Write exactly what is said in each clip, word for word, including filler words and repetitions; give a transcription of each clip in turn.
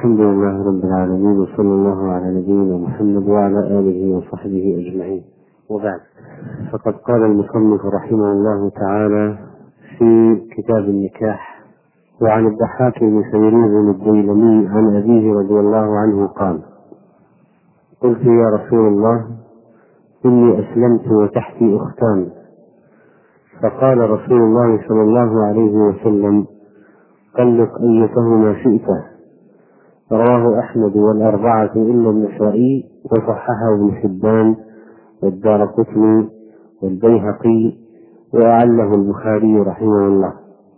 الحمد لله رب العالمين، وصلى الله على نبينا محمد وعلى آله وصحبه أجمعين، وبعد. فقد قال المصنف رحمه الله تعالى في كتاب النكاح: وعن الضحاك بن سيرين الديلمي عن أبيه رضي الله عنه قال: قلت يا رسول الله إني أسلمت وتحتي أختان، فقال رسول الله صلى الله عليه وسلم: طلق أيتهما شئت. رواه أحمد والأربعة إلا النسائي، وصححه ابن حبان والدارقطني والبيهقي، وأعله البخاري رحمه الله.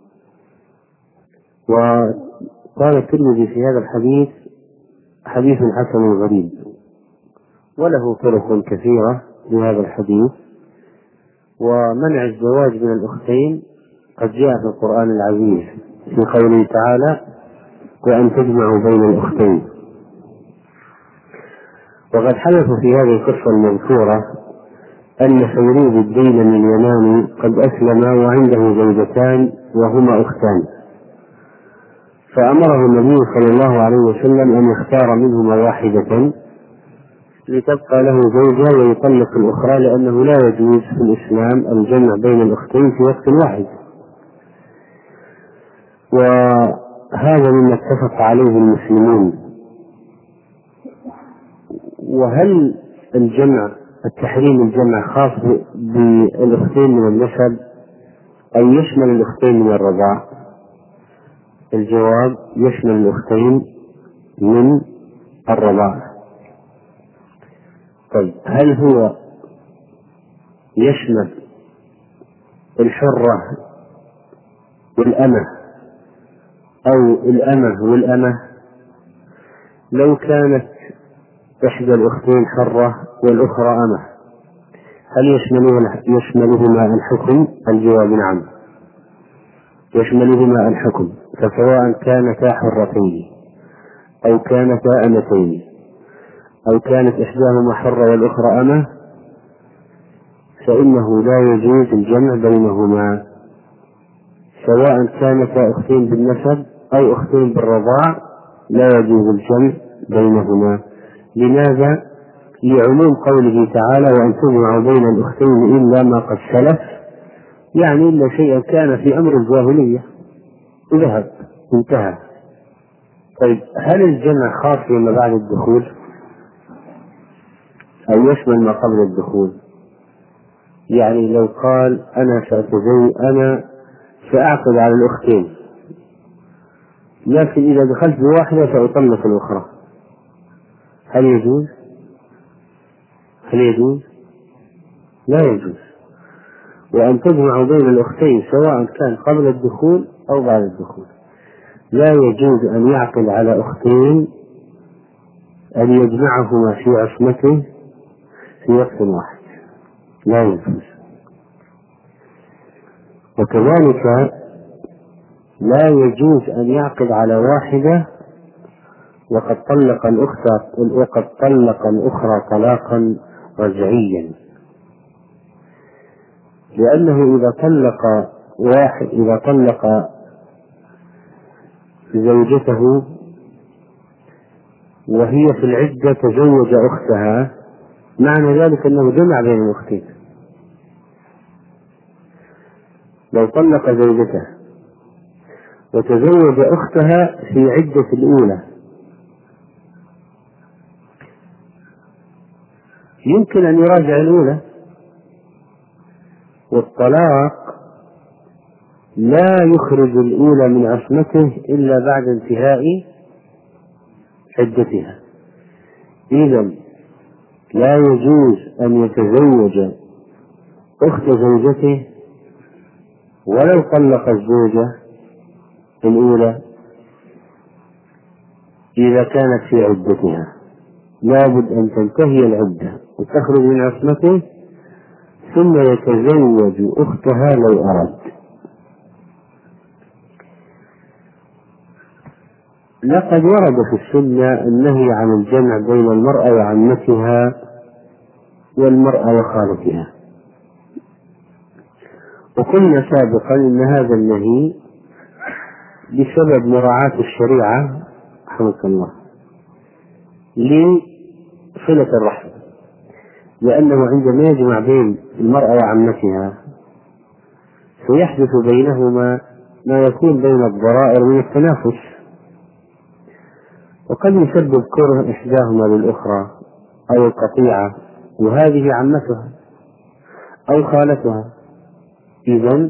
وقال الترمذي في هذا الحديث: حديث حسن غريب، وله طرق كثيرة لهذا الحديث. ومنع الزواج من الأختين قد جاء في القرآن العزيز في قوله تعالى: وأن تجمعوا بين الأختين. وقد حدث في هذه القصة المذكورة أن سيرين الديلمي اليماني قد أسلم وعنده زوجتان وهما أختان، فأمره النبي صلى الله عليه وسلم أن يختار منهما واحدة لتبقى له زوجة ويطلق الأخرى، لأنه لا يجوز في الإسلام الجمع بين الأختين في وقت واحد. وهذا مما اتفق عليه المسلمون. وهل الجمع التحريم الجمع خاص بالأختين من النسب أو يشمل الأختين من الرضاع؟ الجواب: يشمل الأختين من الرضاع. طيب، هل هو يشمل الحرة والأمة أو الأمة والأمة؟ لو كانت إحدى الأختين حرة والأخرى أمة، هل يشملهما الحكم؟ الجواب: نعم، يشملهما الحكم. فسواء كانتا حرتين أو كانتا أمتين أو كانت إحداهما حرة والأخرى أمة، فإنه لا يجوز الجمع بينهما، سواء كانتا أختين بالنسب أو أختين بالرضاع، لا يجوز الجمع بينهما. لماذا؟ لعموم قوله تعالى: وأن تجمعوا بين الأختين إلا ما قد سلف، يعني إلا شيئا كان في أمر الجاهلية ذهب انتهى. طيب، هل الجمع خاص بما بعد الدخول أو يشمل ما قبل الدخول؟ يعني لو قال: أنا سأتزوج أنا سأعقد على الأختين، لكن إذا دخلت بواحدة سأطلق الأخرى، هل يجوز؟ هل يجوز؟ لا يجوز. وأن تجمعوا بين الأختين سواء كان قبل الدخول أو بعد الدخول. لا يجوز أن يعقد على أختين أن يجمعهما في عصمته في وقت واحد، لا يجوز. وكذلك لا يجوز أن يعقد على واحدة وقد طلق الأخرى وقد طلق الأخرى طلاقا رجعيا، لأنه إذا طلق واحد إذا طلق زوجته وهي في العدة تزوج أختها، معنى ذلك أنه جمع بين الأختين. لو طلق زوجته وتزوج أختها في عدة الأولى، يمكن أن يراجع الأولى، والطلاق لا يخرج الأولى من عصمته إلا بعد انتهاء عدتها. إذن لا يجوز أن يتزوج أخت زوجته ولو طلق الزوجة الأولى إذا كانت في عدتها، لابد أن تنتهي العدة وتخرج من عصمته ثم يتزوج أختها لو أراد. لقد ورد في السنة النهي عن الجمع بين المرأة وعمتها والمرأة وخالتها، وقلنا سابقا إن هذا النهي بسبب مراعاة الشريعة رحمك الله لصلة الرحم، لأنه عندما يجمع بين المرأة وعمتها سيحدث بينهما ما يكون بين الضرائر من التنافس، وقد يسبب كره إحداهما للأخرى أو القطيعة، وهذه عمتها أو خالتها. إذن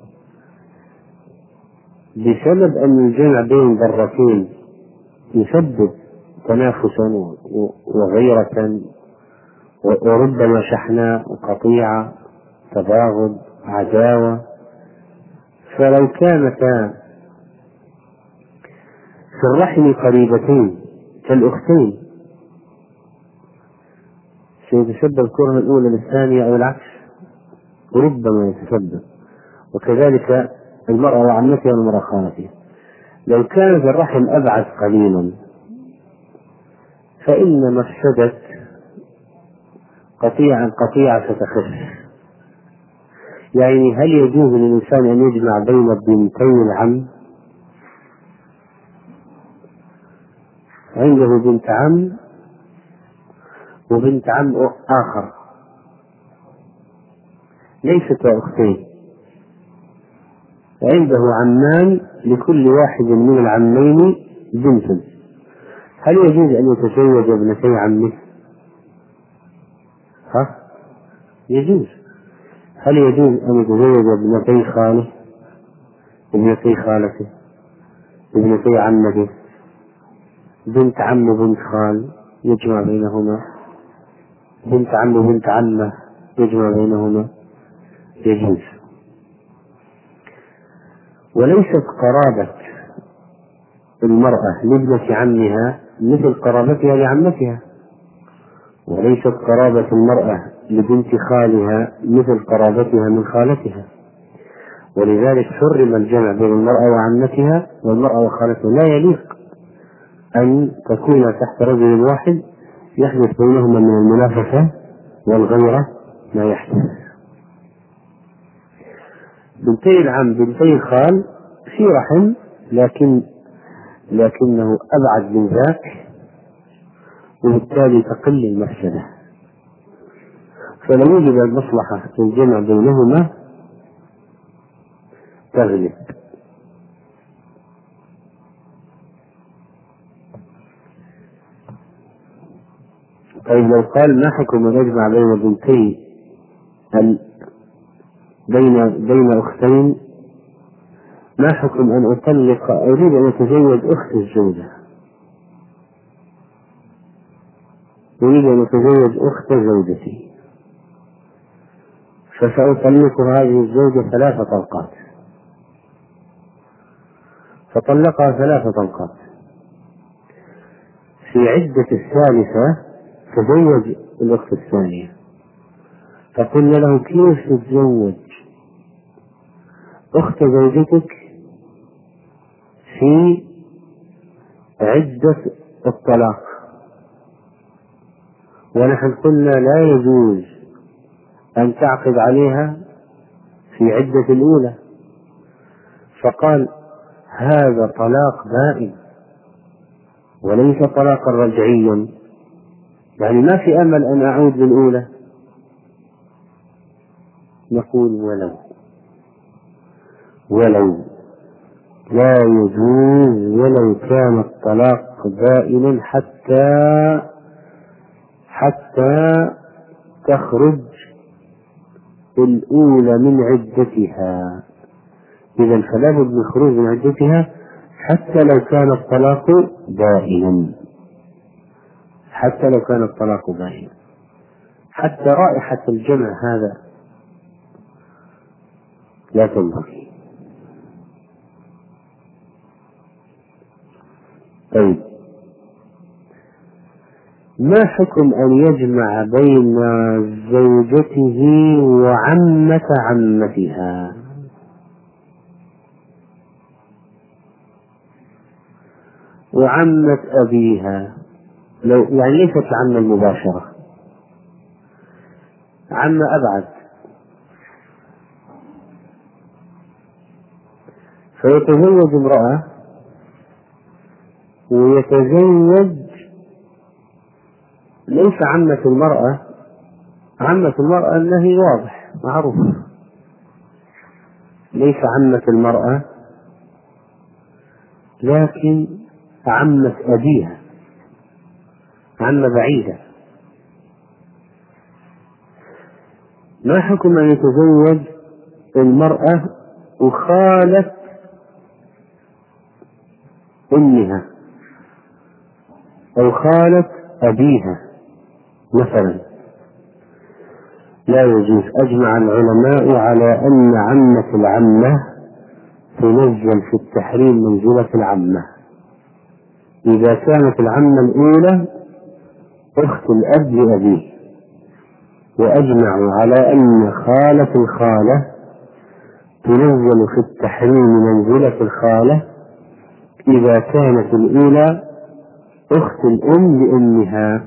بسبب أن الجمع بين ضرتين يسبب تنافسا وغيرة وربما شحناء وقطيعة تباغض عداوة، فلو كانتا في الرحم قريبتين كالأختين سيتسبب كره الأولى للثانية أو العكس، وربما يتسبب. وكذلك المرأة وعمتها والمرأة خالتها. لو كانت الرحم أبعد قليلا فإن مفسدة قطيعا قطيعة ستخف. يعني هل يجوز للإنسان أن يجمع بين بنتي العم؟ عنده بنت عم وبنت عم آخر ليست أختين، عنده عمان لكل واحد من العمين بنت، هل يجوز أن يتزوج ابنتي عمه؟ ها؟ يجوز. هل يجوز أن يتزوج ابنتي خاله، ابنتي خالته، ابنتي عمته، بنت عم وبنت خال يجمع بينهما، بنت عم وبنت عمه يجمع بينهما؟ يجوز. وليست قرابة المرأة لابنة عمها مثل قرابتها لعمتها، وليست قرابة المرأة لبنت خالها مثل قرابتها من خالتها، ولذلك حرم الجمع بين المرأة وعمتها والمرأة وخالتها. لا يليق أن تكون تحت رجل واحد يحدث بينهما من المنافسة والغيرة ما يحدث. بنتي العم بنتي الخال في رحم، لكن لكنه أبعد من ذاك، وبالتالي تقل المفسدة. فلو وجد المصلحة الجمع بينهما تغلب. طيب لو قال ما حكم أن يجمع بين بنتي بين بين أختين، ما حكم أن أطلق أريد أن أتزوج أخت الزوجة، أريد أن أتزوج أخت زوجتي، فسأطلق هذه الزوجة ثلاث طلقات، فطلقها ثلاث طلقات، في عدة الثالثة تزوج الأخت الثانية، فقلنا له كيف تتزوج أخت زوجتك في عدة الطلاق، ونحن قلنا لا يجوز أن تعقد عليها في عدة الأولى، فقال هذا طلاق بائن وليس طلاقا رجعيا، يعني ما في أمل أن أعود للأولى. نقول ولو ولو لا يجوز ولو كان الطلاق بائنا حتى حتى تخرج الأولى من عدتها. إذا فلا بد من خروج من عدتها حتى لو كان الطلاق بائنا، حتى لو كان الطلاق بائنا، حتى رائحة الجمع هذا لا تنبغي. طيب ما حكم أن يجمع بين زوجته وعمة عمتها؟ وعمة أبيها، لو يعني ليست العمة المباشرة، عمة أبعد، فيتزوج امرأة ويتزوج ليس عمة المرأة، عمة المرأة النهي واضح معروف، ليس عمة المرأة لكن عمة أبيها، عمة بعيدة. ما حكم أن يتزوج المرأة وخالة أمها أو خالة أبيها مثلا؟ لا يجوز. أجمع العلماء على أن عمة العمة تنزل في التحريم منزلة العمة إذا كانت العمة الأولى أخت الأب لأبيه، وأجمعوا على أن خالة الخالة تنزل في التحريم منزلة الخالة إذا كانت الأولى أخت الأم لأمها.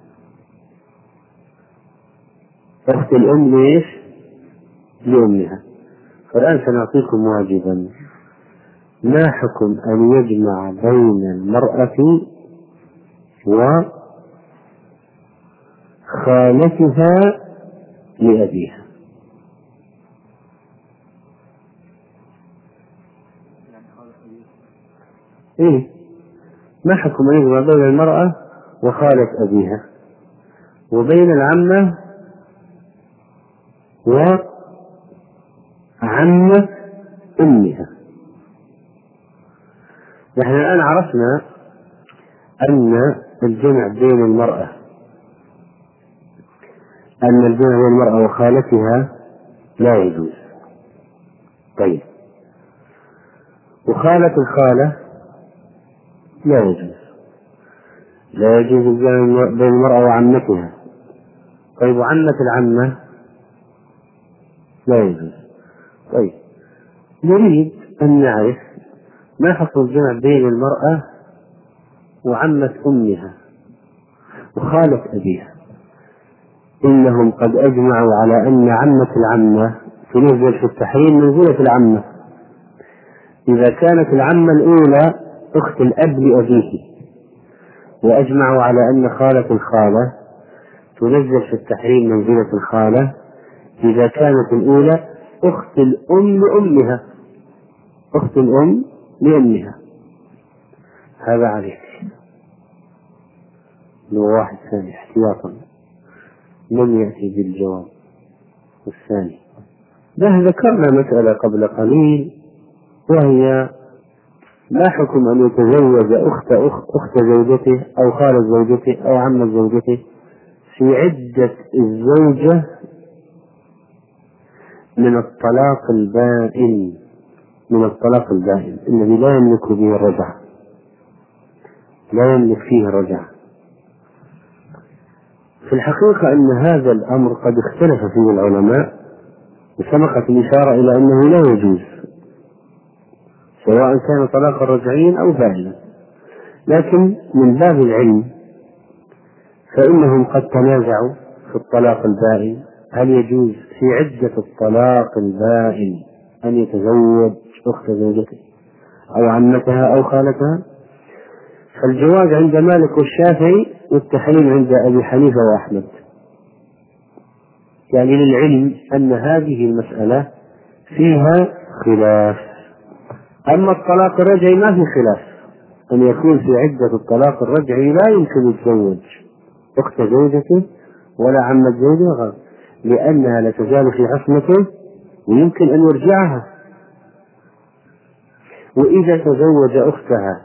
أخت الأم ليش؟ لأمها. فالآن سنعطيكم واجبا، ما حكم أن يجمع بين المرأة وخالتها لأبيها؟ إيه؟ ما حكم أن يجمع بين المرأة وخالة أبيها وبين العمة وعمة أمها؟ نحن الآن عرفنا أن الجمع بين المرأة أن الجمع بين المرأة وخالتها لا يجوز. طيب، وخالة الخالة لا يجوز، لا يجوز الجمع بين المرأة وعمتها. طيب، وعمة العمة لا يجوز. طيب، نريد أن نعرف ما حكم الجمع بين المرأة وعمة أمها وخالة أبيها. إنهم قد أجمعوا على أن عمة العمة تنزل في التحريم منزلة العمة إذا كانت العمة الأولى أخت الأب لأبيه، وأجمعوا على أن خالة الخالة تنزل في التحريم منزلة الخالة إذا كانت الأولى أخت الأم لأمها، أخت الأم لأمها. هذا عليك. لو واحد ثاني احتياطا لم يأتي بالجواب الثاني. ده ذكرنا مسألة قبل قليل، وهي ما حكم أن يتزوج أخت أخت, أخت زوجته أو خالة زوجته أو عمة زوجته في عدة الزوجة من الطلاق البائن، من الطلاق البائن الذي لا يملك به الرجعة، لا يملك فيه الرجعة. في الحقيقة أن هذا الأمر قد اختلف فيه العلماء، وسبقت الإشارة إلى أنه لا يجوز سواء كان طلاق رجعيا أو بائنا، لكن من باب العلم فإنهم قد تنازعوا في الطلاق البائن هل يجوز في عدة الطلاق البائن أن يتزوج أخت زوجته أو عمتها أو خالتها. فالجواز عند مالك والشافعي والتحريم عند أبي حنيفة وأحمد، يعني للعلم أن هذه المسألة فيها خلاف. أما الطلاق الرجعي ما في خلاف أن يكون في عدة الطلاق الرجعي لا يمكن يتزوج أخت زوجته ولا عمة زوجها، لأنها لا تزال في عصمته ويمكن أن يرجعها. وإذا تزوج أختها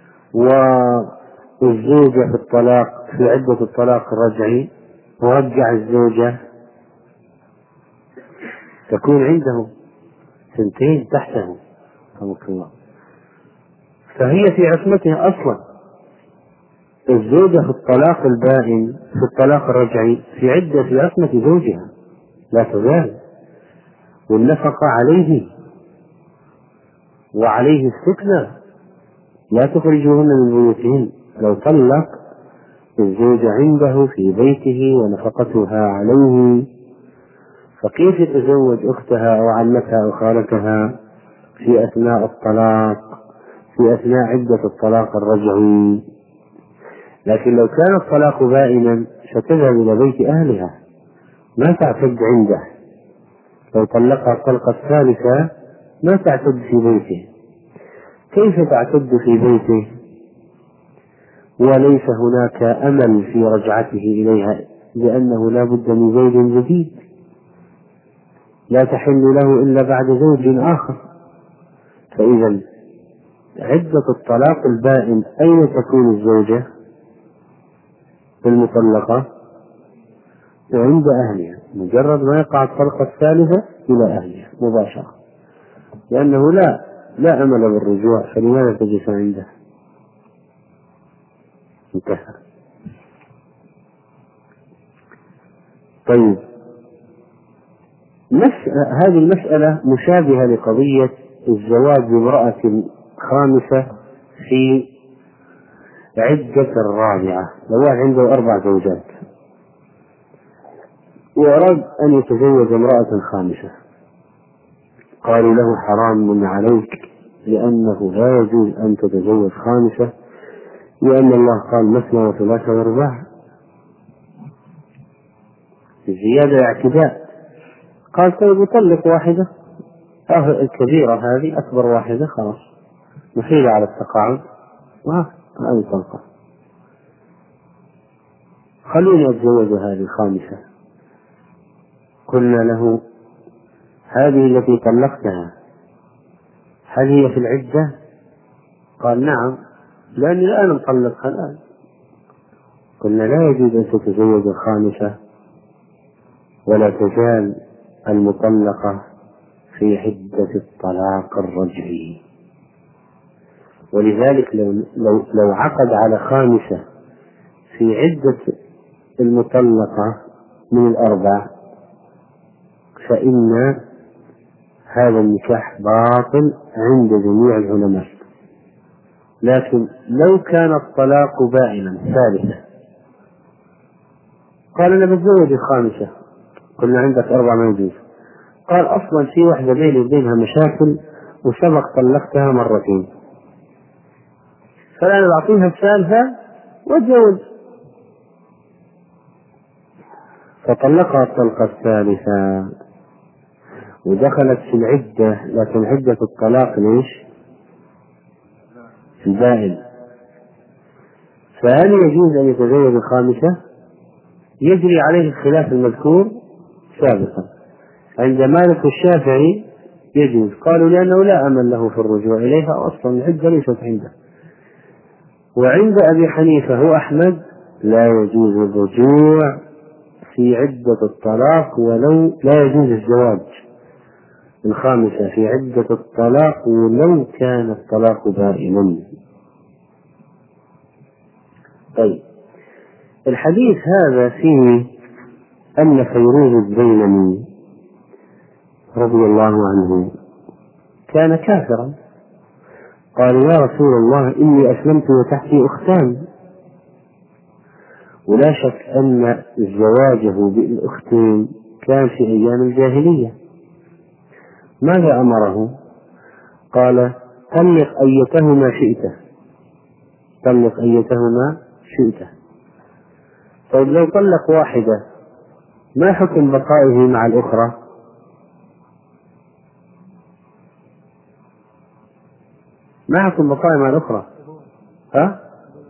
والزوجة في الطلاق في عدة الطلاق الرجعي ورجع الزوجة تكون عنده سنتين تحته، فهي في عصمته أصلا. الزوجة في الطلاق البائن في الطلاق الرجعي في عدة في عصمة زوجها لا تزال، والنفقة عليه وعليه السكنة، لا تخرجوهن من بيوتهن. لو طلق الزوجة عنده في بيته ونفقتها عليه، فكيف يتزوج أختها أو عمتها أو خالتها في أثناء الطلاق في أثناء عدة الطلاق الرجعي. لكن لو كان الطلاق بائنا ستذهب إلى بيت أهلها ما تعتد عنده. لو طلقها الطلقة الثالثة ما تعتد في بيته. كيف تعتد في بيته وليس هناك أمل في رجعته إليها؟ لأنه لا بد من زوج جديد، لا تحل له إلا بعد زوج آخر. فإذا عدة الطلاق البائن أين تكون الزوجة المطلقة؟ وعند أهلها، مجرد ما يقع الطلقة الثالثة إلى أهلها مباشرة، لأنه لا لا أمل بالرجوع، فلماذا تجلس عنده؟ انتهى. طيب، هذه المسألة مشابهة لقضية الزواج بامرأة خامسة في عدة الرابعة. لو واحد عنده أربع زوجات وأراد أن يتزوج امرأة خامسة، قالوا له حرام عليك لأنه لا يجوز أن تتزوج خامسة، لأن الله قال مثنى وثلاثة ورباع، الزيادة اعتداء. قال طيب يطلق واحدة الكبيرة هذه، أكبر واحدة خلاص محيلة على التقاعد، وهذه طلقة، خلوني أتزوج هذه الخامسة. قلنا له هذه التي طلقتها هل هي في العدة؟ قال نعم، لأني الآن مطلقها الآن. قلنا لا يجوز أن تتزوج الخامسة ولا تزال المطلقة في عدة الطلاق الرجعي. ولذلك لو, لو, لو عقد على خامسة في عدة المطلقة من الأربع فإن هذا النكاح باطل عند جميع العلماء. لكن لو كان الطلاق بائنا ثالثا، قال أنا بتزوج الخامسة، قلنا عندك أربع ما يجوز. قال أصلا في واحدة بيني وبينها مشاكل وسبق طلقتها مرتين، فالآن بعطيها الثالثة واتزوج. فطلقها الطلقة الثالثة ودخلت في العدة، لكن عدة الطلاق ليش؟ البائن. فهل يجوز أن يتزوج الخامسة؟ يجري عليه الخلاف المذكور سابقا. عند مالك والشافعي يجوز، قالوا لأنه لا أمل له في الرجوع إليها، أصلا العدة ليست عنده. وعند أبي حنيفة وأحمد لا يجوز الرجوع في عدة الطلاق، ولو لا يجوز الزواج الخامسة في عدة الطلاق ولو كان الطلاق بائنا. طيب، الحديث هذا فيه أن فيروز الديلمي رضي الله عنه كان كافرا. قال يا رسول الله إني أسلمت وتحتي أختان. ولا شك أن زواجه بالأختين كان في أيام الجاهلية. ماذا أمره؟ قال طلق أيتهما شئت، طلق أيتهما شئت. طيب لو طلق واحدة ما حكم بقائه مع الأخرى؟ ما حكم بقائه مع الأخرى؟ ها؟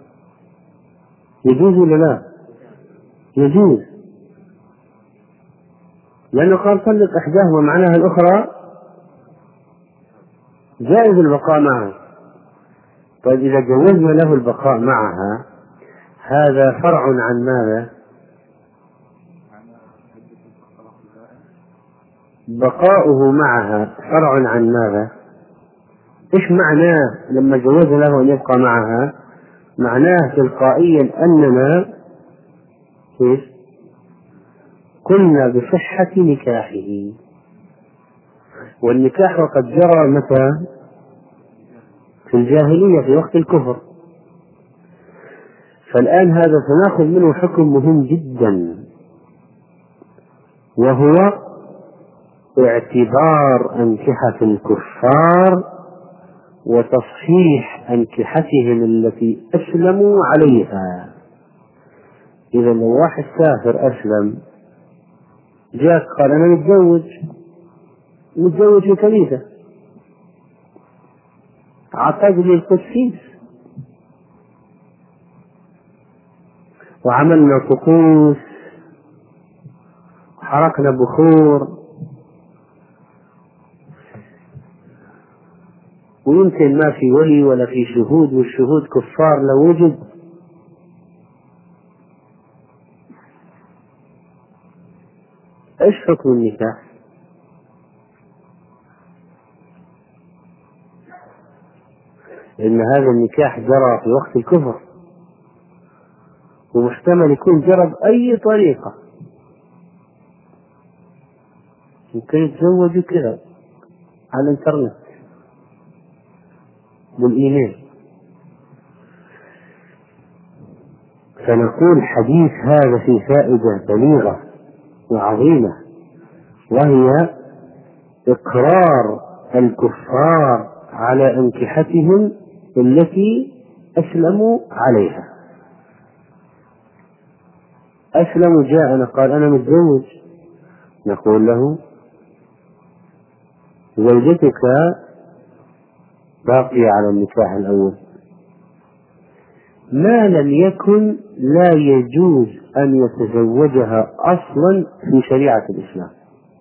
يجوز ولا لا؟ يجوز، لأنه قال طلق إحداهما معناها الأخرى جائز البقاء معها. طيب إذا جوزنا له البقاء معها هذا فرع عن ماذا؟ بقاؤه معها فرع عن ماذا؟ إيش معناه لما جوز له أن يبقى معها؟ معناه تلقائيا أننا كيف؟ قلنا بصحة نكاحه، والنكاح وقد جرى متى؟ في الجاهلية في وقت الكفر. فالآن هذا سنأخذ منه حكم مهم جدا، وهو اعتبار أنكحة الكفار وتصحيح أنكحتهم التي أسلموا عليها. إذا لو واحد كافر أسلم جاء قال أنا متزوج متزوج في كنيسة، عقد لي القسيس وعملنا طقوس وحركنا بخور، ويمكن ما في ولي ولا في شهود والشهود كفار لو وجد، ايش حكم النكاح؟ إن هذا النكاح جرى في وقت الكفر، ومحتمل يكون جرى بأي طريقة، ممكن يتزوجوا كذا على الإنترنت بالإيميل. فنقول حديث هذا في فائدة بليغة وعظيمة، وهي إقرار الكفار على أنكحتهم التي أسلموا عليها. أسلم جاءنا قال أنا متزوج، نقول له زوجتك باقية على النكاح الأول، ما لم يكن لا يجوز أن يتزوجها أصلا في شريعة الإسلام.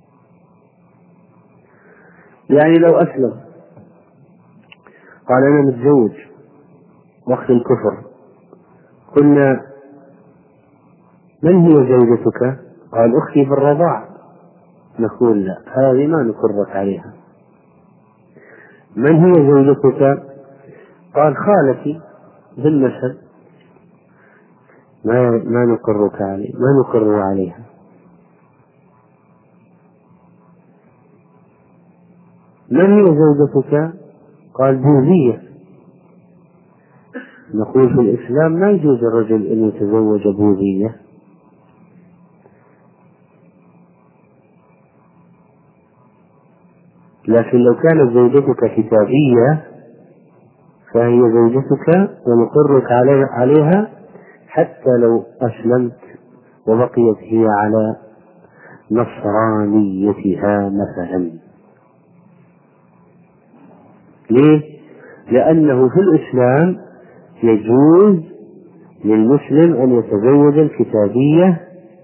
يعني لو أسلم قال أنا متزوج وقت الكفر، قلنا من هي زوجتك؟ قال أختي بالرضاع، نقول لا، هذه ما نقرك عليها. من هي زوجتك؟ قال خالتي بالنسب، ما ما نقرك عليه ما نقر عليها. من هي زوجتك؟ قال بوذية، نقول في الإسلام ما يجوز الرجل أن يتزوج بوذية. لكن لو كانت زوجتك كتابية فهي زوجتك ونقرك عليها حتى لو أسلمت وبقيت هي على نصرانيتها مثلا. ليه؟ لأنه في الإسلام يجوز للمسلم أن يتزوج الكتابية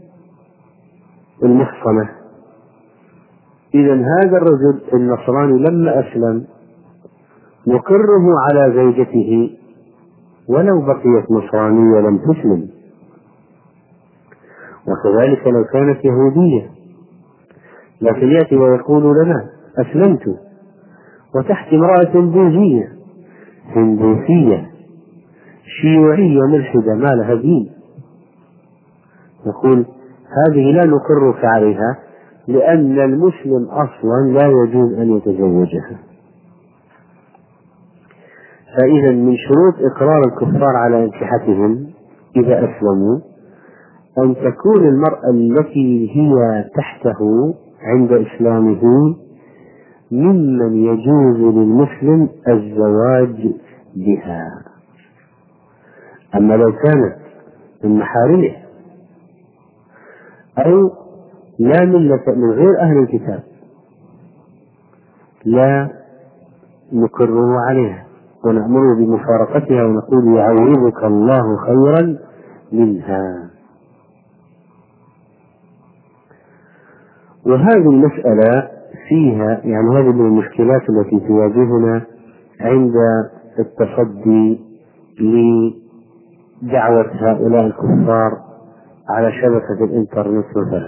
المحصنة. إذن هذا الرجل النصراني لما أسلم نقره على زوجته ولو بقيت نصرانية لم تسلم، وكذلك لو كانت يهودية. لكن يأتي ويقول لنا أسلمت وتحت امرأة بوذية هندوسية شيوعية ملحدة ما لها دين، نقول هذه لا نقرك عليها، لأن المسلم أصلا لا يجوز أن يتزوجها. فإذا من شروط إقرار الكفار على انكحتهم إذا أسلموا أن تكون المرأة التي هي تحته عند إسلامه ممن يجوز للمسلم الزواج بها. أما لو كانت من محارمه أو لا ملة من غير أهل الكتاب لا نقره عليها ونأمره بمفارقتها ونقول يعوضك الله خيرا منها. وهذه المسألة فيها يعني هذه من المشكلات التي تواجهنا عند التصدي لدعوة هؤلاء الكفار على شبكة الإنترنت مثلا،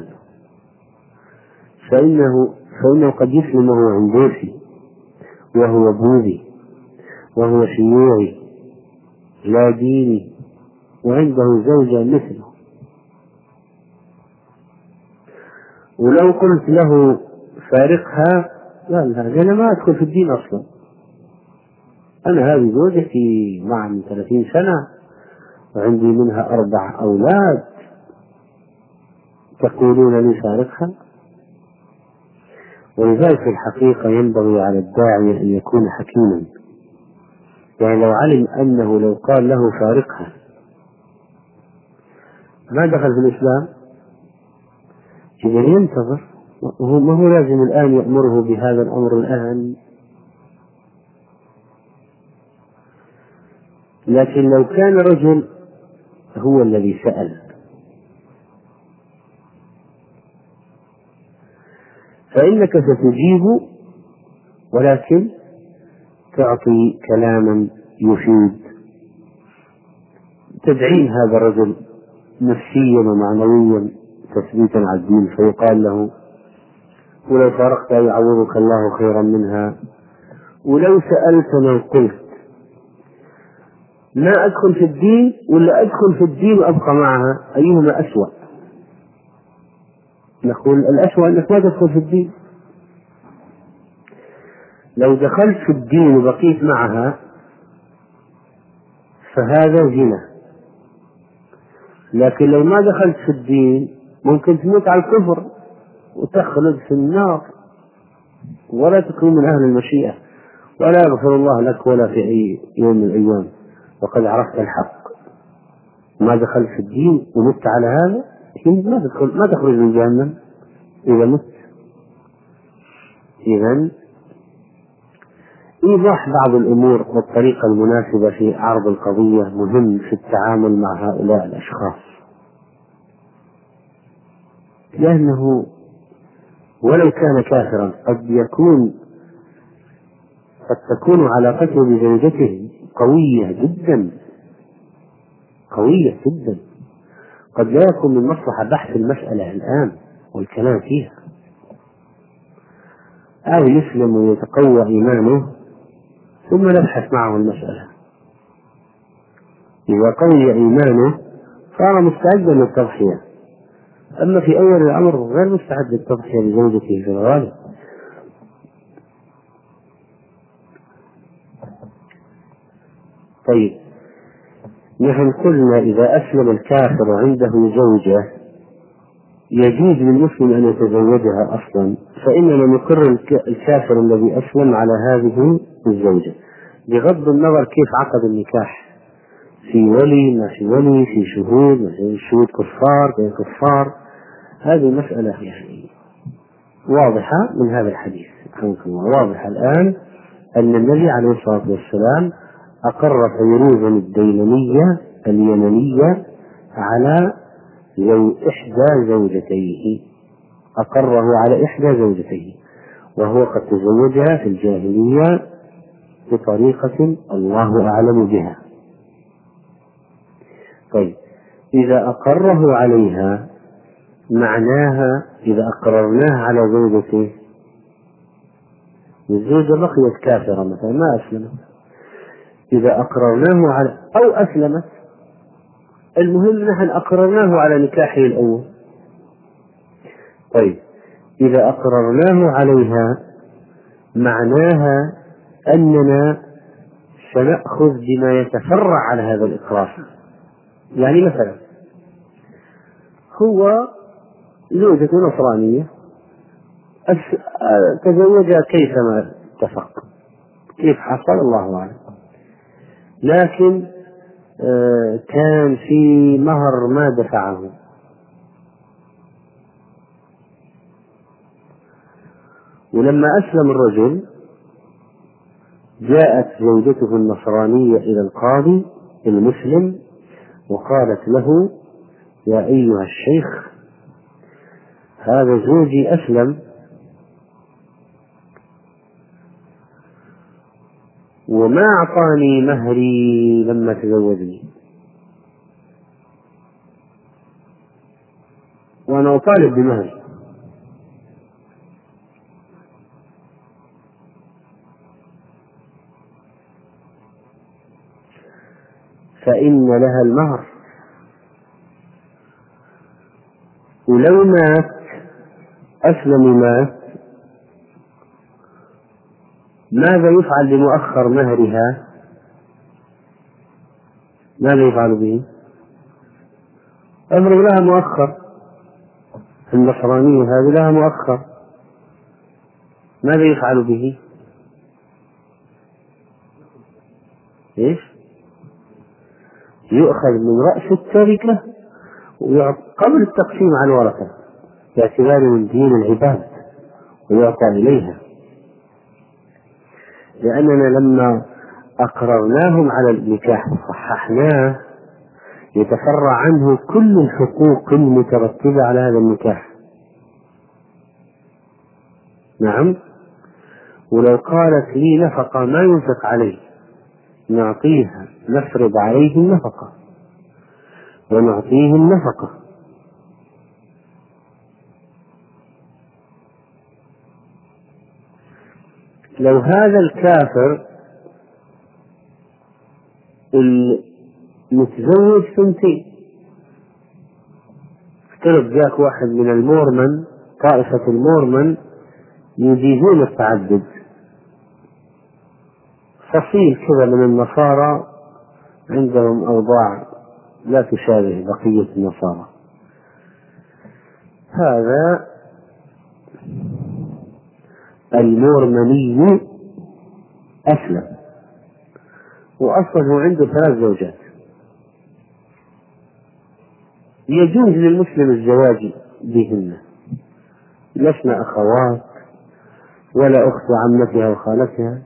فإنه, فإنه قد يسلم وهو هندوسي وهو بوذي وهو شيوعي لا ديني وعنده زوجة مثله، ولو قلت له فارقها قال هذا أنا ما أدخل في الدين أصلا، أنا هذه زوجتي معي من ثلاثين سنة وعندي منها أربع أولاد تقولون لي فارقها. ولذلك في الحقيقة ينبغي على الداعية أن يكون حكيما يعني لو علم أنه لو قال له فارقها ما دخل في الإسلام، إذا ينتظر، وهو ما هو لازم الآن يأمره بهذا الأمر الآن. لكن لو كان رجل هو الذي سأل فإنك ستجيب، ولكن تعطي كلاما يفيد، تدعين هذا الرجل نفسيا ومعنويا تثبيتا على الدين، فيقال له ولو فارقتها يعوضك الله خيرا منها. ولو سألتنا قلت ما أدخل في الدين ولا أدخل في الدين وأبقى معها، أيهما أسوأ؟ نقول الأسوأ أنك ما تدخل في الدين. لو دخلت في الدين وبقيت معها فهذا زنا، لكن لو ما دخلت في الدين ممكن تموت على الكفر وتخلد في النار ولا تكون من أهل المشيئة، ولا يغفر الله لك ولا في أي يوم من الأيام، وقد عرفت الحق. ما دخلت في الدين ومت على هذا ما تدخل ما تخرج من جهنم إذا مت. إذن إيضاح بعض الأمور بالطريقة المناسبة في عرض القضية مهم في التعامل مع هؤلاء الأشخاص، لأنه ولو كان كافرا قد يكون قد تكون علاقته بزوجته قوية جدا قوية جدا، قد لا يكون من مصلحة بحث المسألة الآن والكلام فيها، أو يسلم ويتقوى إيمانه ثم نبحث معه المسألة. إذا قوي إيمانه صار مستعدا للتضحية، أما في أول الأمر غير مستعد للتضحية لزوجته في الغالب. طيب، نحن قلنا إذا أسلم الكافر عنده زوجة يجوز للمسلم أن يتزوجها أصلا، فإننا نقر الكافر الذي أسلم على هذه الزوجة بغض النظر كيف عقد النكاح، في ولي ما في ولي، في شهود ما في شهود، كفار بين كفار. هذه مسألة يعني واضحة من هذا الحديث رحمك الله. واضح الآن أن النبي عليه الصلاة والسلام أقر فيروزا الديلمية اليمنية على زو إحدى زوجتيه، أقره على إحدى زوجتيه، وهو قد تزوجها في الجاهلية بطريقة الله أعلم بها. طيب، إذا أقره عليها معناها إذا أقررناها على زوجته، الزوجة بقيت كافرة مثلا ما أسلمت، إذا أقررناه على أو أسلمت، المهم نحن أقررناه على نكاحه الأول. طيب، إذا أقررناه عليها معناها أننا سنأخذ بما يتفرع على هذا الإقرار. يعني مثلا هو زوجة نصرانية تزوجها كيفما اتفق، كيف حصل الله أعلم، لكن كان في مهر ما دفعه، ولما أسلم الرجل جاءت زوجته النصرانية إلى القاضي المسلم وقالت له يا أيها الشيخ هذا زوجي أسلم وما أعطاني مهري لما تزوجني، وأنا أطالب بمهري. فإن لها المهر، ولو مات أسلم مات ماذا يفعل بمؤخر مهرها؟ ماذا يفعل به؟ أفرض لها مؤخر، النصرانية هذه لها مؤخر، ماذا يفعل به؟ إيش؟ يؤخذ من رأس التركة قبل التقسيم على الورثة باعتباره من دين العباد ويعطى إليها، لأننا لما أقررناهم على النكاح وصححناه يتفرع عنه كل الحقوق المترتبة على هذا النكاح. نعم. ولو قالت لي نفقة ما ينفق عليه نعطيها، نفرض عليه النفقة ونعطيه النفقة. لو هذا الكافر المتزوج ثنتين، افترض جاك واحد من المورمن، طائفة المورمن يجيزون التعدد، فصيل كذا من النصارى عندهم أوضاع لا تشابه بقية النصارى. هذا المورمني أسلم وأصله عنده ثلاث زوجات، يجوز للمسلم الزواج بهن، لسن أخوات ولا أخت عمتها وخالتها.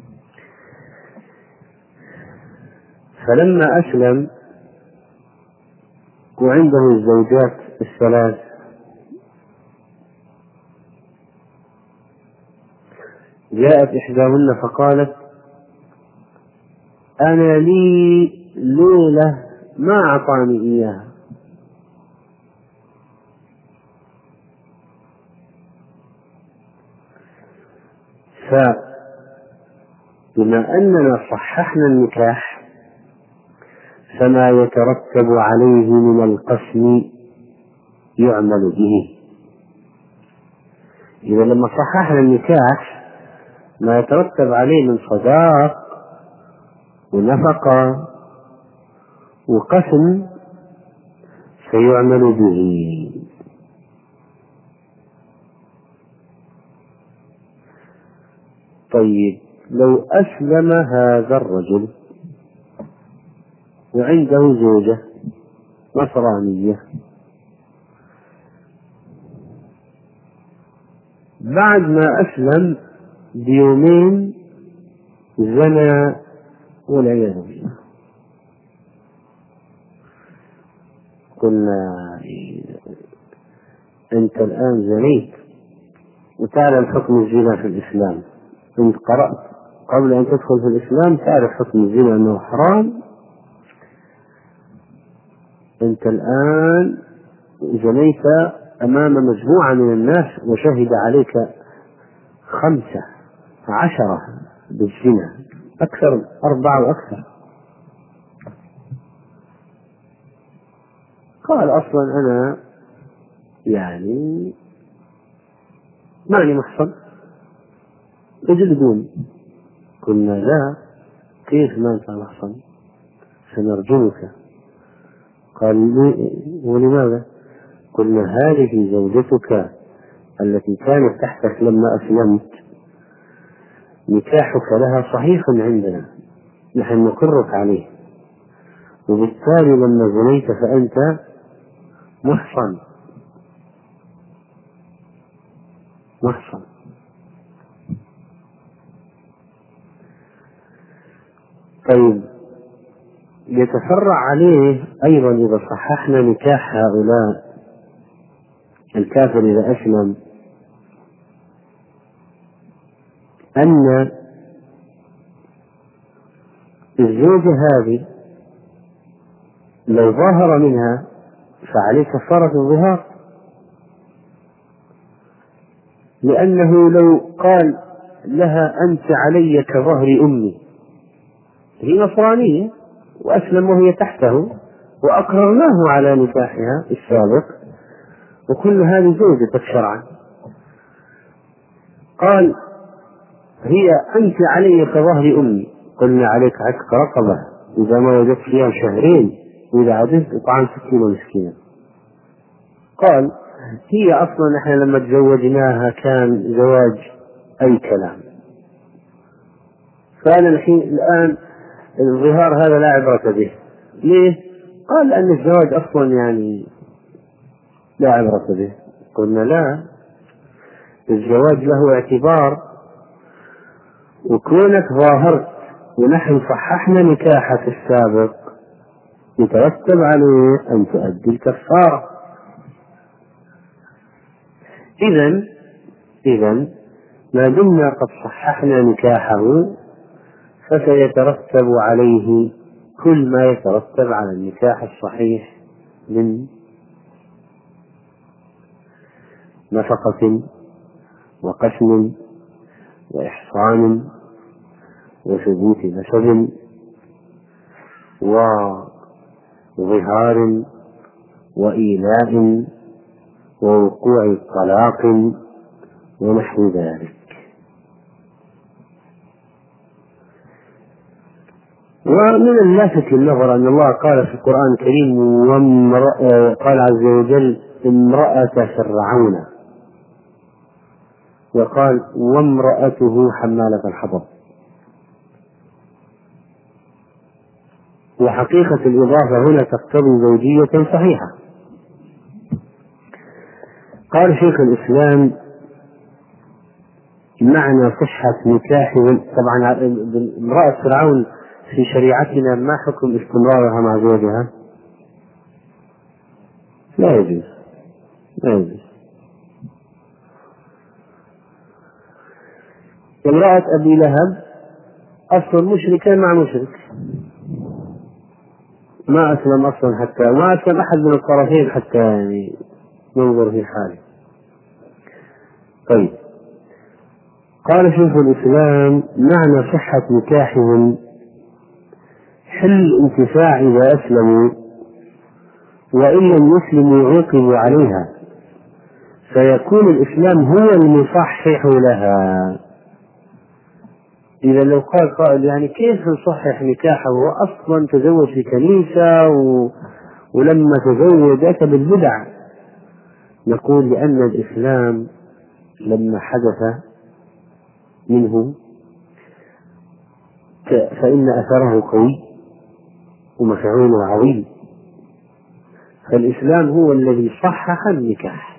فلما أسلم وعنده الزوجات الثلاث جاءت إحداهن فقالت أنا لي ليلة ما أعطاني إياها، فبما أننا صححنا النكاح فما يترتب عليه من القسم يعمل به. إذا لما صححنا النكاح ما يترتب عليه من صداق ونفقة وقسم سيعمل به. طيب لو أسلم هذا الرجل وعنده زوجة نصرانية، بعد ما أسلم بيومين زنى والعياذ بالله، قلنا أنت الآن زنيت وتعلم حكم الزنا في الإسلام، أنت قرأت قبل أن تدخل في الإسلام تعرف حكم الزنا أنه حرام، أنت الآن زنيت أمام مجموعة من الناس وشهد عليك خمسة عشرة بالزنا، أكثر أربعة وأكثر. قال أصلا أنا يعني ماني محصن اجلدوني. قلنا لا، كيف ما أنت محصن؟ سنرجمك. قال ولماذا؟ قلنا هذه زوجتك التي كانت تحتك لما أسلمت، نكاحك لها صحيح عندنا، نحن نقرك عليه، وبالتالي لما زنيت فأنت محصن محصن. طيب يتفرع عليه أيضا إذا صححنا نكاح هؤلاء الكافر إذا أسلم أن الزوجة هذه لو ظاهر منها فعليه كفارة الظهار، لأنه لو قال لها أنت علي كظهر أمي، هي نصرانية وأسلم وهي تحته وأقررناه على نكاحها السابق وكل هذه زوجتك شرعا، قال هي أنت علي كظهر أمي، قلنا عليك عتق رقبة إذا ما وجدت فيها شهرين، وإذا عدت إطعام ستين مسكينا. قال هي أصلا نحن لما تزوجناها كان زواج أي كلام، فأنا الحين الآن الظهار هذا لا عبرة به. ليه؟ قال لأن الزواج أصلا يعني لا عبرة به. قلنا لا، الزواج له اعتبار، وكونك ظاهرت ونحن صححنا نكاحك السابق يترتب عليه أن تؤدي الكفارة. إذن إذن ما دمنا قد صححنا نكاحه فسيترتب عليه كل ما يترتب على النكاح الصحيح من نفقة وقسم وإحصان وثبوت نسب وظهار وإيلاء ووقوع طلاق ونحو ذلك. ومن اللافت للنظر أن الله قال في القرآن الكريم قال عز وجل امرأة فرعون، وقال وامرأته حمالة الحطب. وحقيقة الإضافة هنا تقتضي زوجية صحيحة. قال شيخ الإسلام معنى صحة نكاحهم، طبعا امرأة فرعون في شريعتنا ما حكم استمرارها مع زوجها؟ لا يجوز، لا يجوز. امرأة أبي لهب أصلا مشركة مع مشرك، ما أسلم أصلا، حتى ما أسلم أحد من الطرفين حتى يعني ننظر في حاله. طيب، قال شيخ الإسلام معنى صحة نكاحهم حل الانتفاع إذا أسلموا، وإن لم يسلموا عوقبوا عليها، فيكون الإسلام هو المصحح لها. إذا لو قال قائل يعني كيف نصحح نكاحه وأصلا تزوج في كنيسة و... ولما تزوج أتى بالبدع، نقول لأن الإسلام لما حدث منه فإن أثره قوي ومفعوله عظيم، فالإسلام هو الذي صحح النكاح،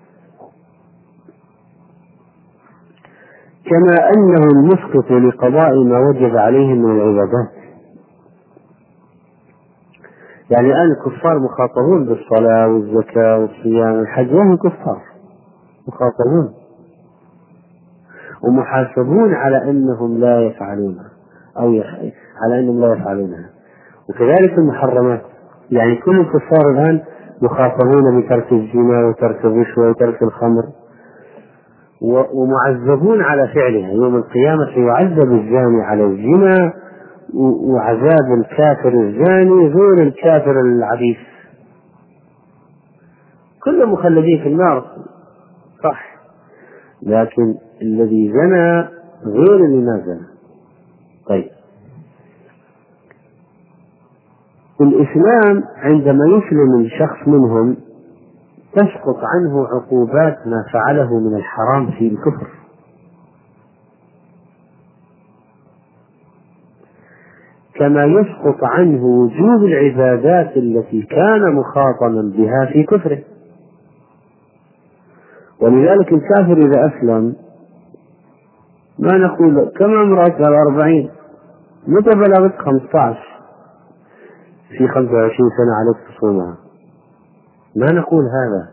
كما أنه المسقط لقضاء ما وجب عليهم من العبادات. يعني الآن الكفار مخاطبون بالصلاة والزكاة والصيام والحج، وهم كفار مخاطبون ومحاسبون على أنهم لا يفعلونها أو يخ... على أنهم لا يفعلونها. وكذلك المحرمات، يعني كل الكفار الآن مخاطبون بترك الزنا وترك الرشوة وترك الخمر، ومعذبون على فعلها. يوم القيامة يعذب الزاني على الزنا، وعذاب الكافر الزاني غير الكافر العبيث، كلهم مخلدين في النار صح، لكن الذي زنى غير اللي ما زنى. طيب، الإسلام عندما يسلم الشخص منهم تسقط عنه عقوبات ما فعله من الحرام في الكفر، كما يسقط عنه وجوب العبادات التي كان مخاطبا بها في كفره. ولذلك الكافر إذا أسلم ما نقول كما امرأة الأربعين متى بلغت خمسة عشر في خمسة وعشرين سنة عليك تصومها، ما نقول هذا،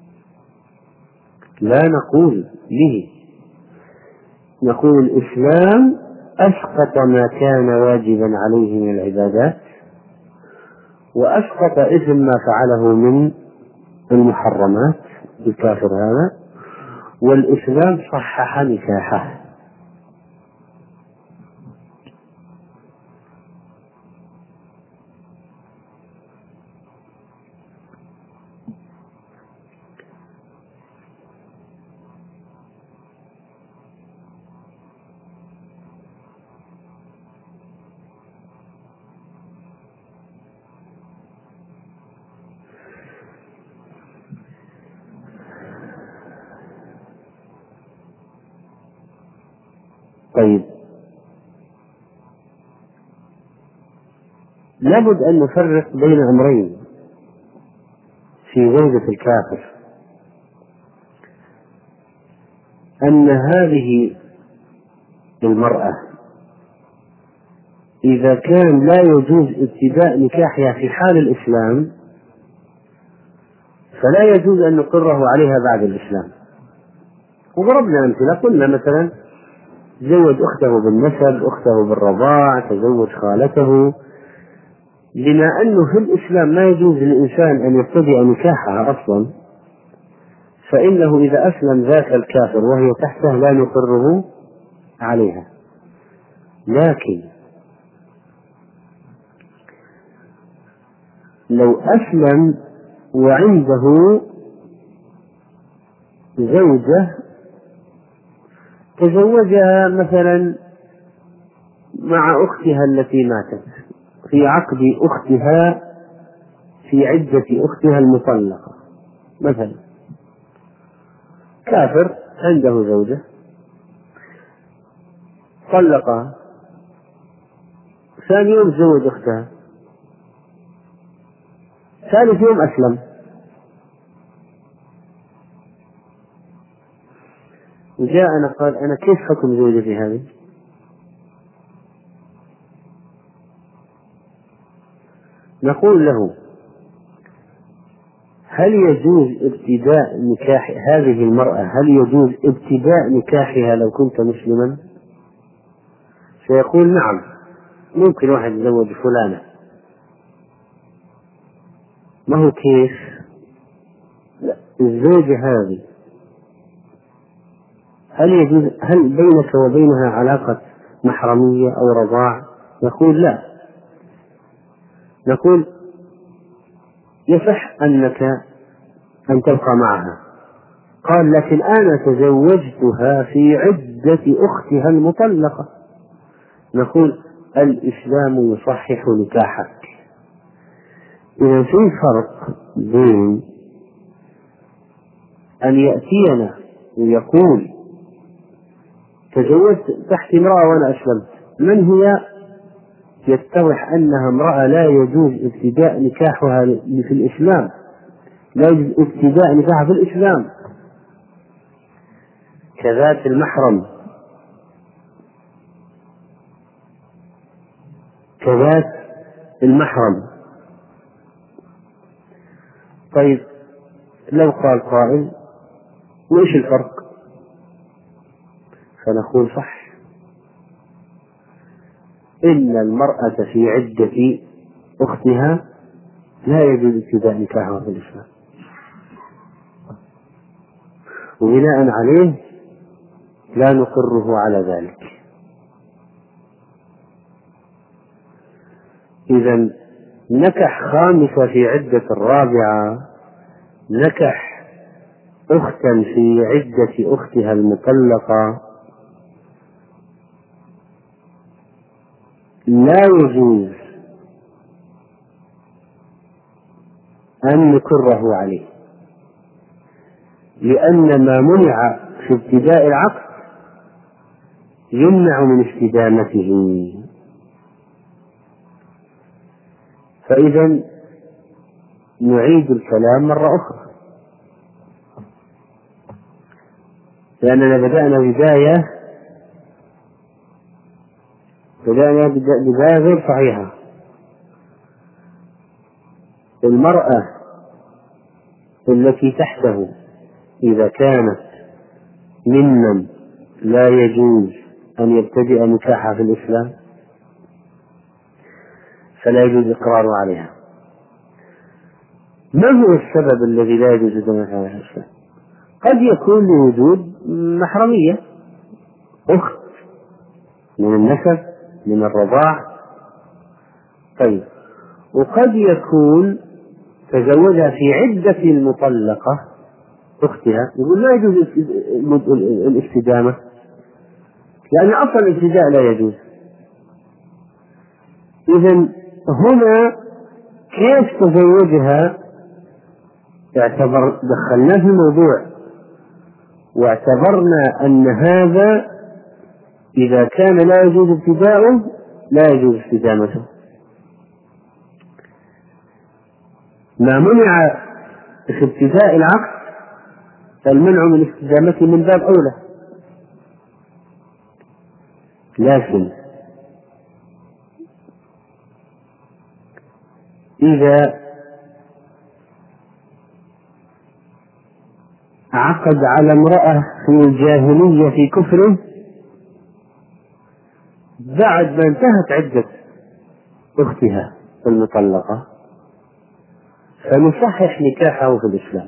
لا نقول به، نقول الإسلام أسقط ما كان واجبا عليه من العبادات، وأسقط إثم ما فعله من المحرمات الكافر هذا، والإسلام صحح نكاحه. طيب، لابد أن نفرق بين أمرين في زوجة الكافر، أن هذه المرأة إذا كان لا يجوز ابتداء نكاحها في حال الإسلام فلا يجوز أن نقره عليها بعد الإسلام. وضربنا أمثلة، قلنا مثلا تزوج أخته بالنسب، أخته بالرضاع، تزوج خالته. بما أنه في الإسلام ما يجوز للإنسان أن يبتدئ نكاحها أصلا، فإنه إذا أسلم ذاك الكافر وهي تحته لا نقره عليها. لكن لو أسلم وعنده زوجة تزوجها مثلا مع أختها التي ماتت في عقد أختها في عدة أختها المطلقة، مثلا كافر عنده زوجة طلقها، ثاني يوم تزوج أختها، ثالث يوم أسلم، وجاءنا قال أنا كيف حكم زوجتي هذه؟ نقول له هل يجوز ابتداء نكاح هذه المرأة هل يجوز ابتداء نكاحها لو كنت مسلما؟ سيقول نعم، ممكن واحد يتزوج فلانة. ما هو كيف؟ لا، الزوجة هذه هل يجوز هل بينك وبينها علاقة محرمية أو رضاع؟ نقول لا، نقول يصح أنك أن تبقى معها. قال لكن أنا تزوجتها في عدة أختها المطلقة. نقول الإسلام يصحح نكاحك. إذا في فرق بين أن يأتينا ويقول تزوجت تحت امرأة وأنا أسلمت، من هي؟ يتضح أنها امرأة لا يجوز ابتداء نكاحها في الإسلام، لا يجوز ابتداء نكاحها في الإسلام. كذات المحرم، كذات المحرم. طيب لو قال قائل وإيش الفرق؟ فنقول صح، إن المرأة في عدة أختها لا يجوز ابتداء نكاحها في الإسلام، وبناء عليه لا نقره على ذلك. إذن نكح خامسة في عدة الرابعة، نكح أختا في عدة أختها المطلقة، لا يجوز أن نكره عليه، لأن ما منع في ابتداء العقد يمنع من استدامته. فإذا نعيد الكلام مرة أخرى، لأننا بدأنا بداية بدأنا بداية غير صحيحة. المرأة التي تحته إذا كانت ممن لا يجوز أن يبتدئ نكاحها في الإسلام فلا يجوز إقراره عليها. ما هو السبب الذي لا يجوز نكاحها في الإسلام؟ قد يكون لوجود محرمية، أخت من النسب من الرضاع. طيب، وقد يكون تزوجها في عدة المطلقة أختها، يقول لا يجوز الاستدامة، لأن أصلا الابتداء لا يجوز. إذن هنا كيف تزوجها؟ اعتبر دخلناه في الموضوع واعتبرنا أن هذا إذا كان لا يجوز ابتداؤه لا يجوز استدامته. ما منع في ابتداء العقد المنع من استدامته من باب أولى. لكن إذا عقد على امرأة في الجاهلية في كفره بعد ما انتهت عدة أختها المطلقة فنصحح نكاحه في الإسلام.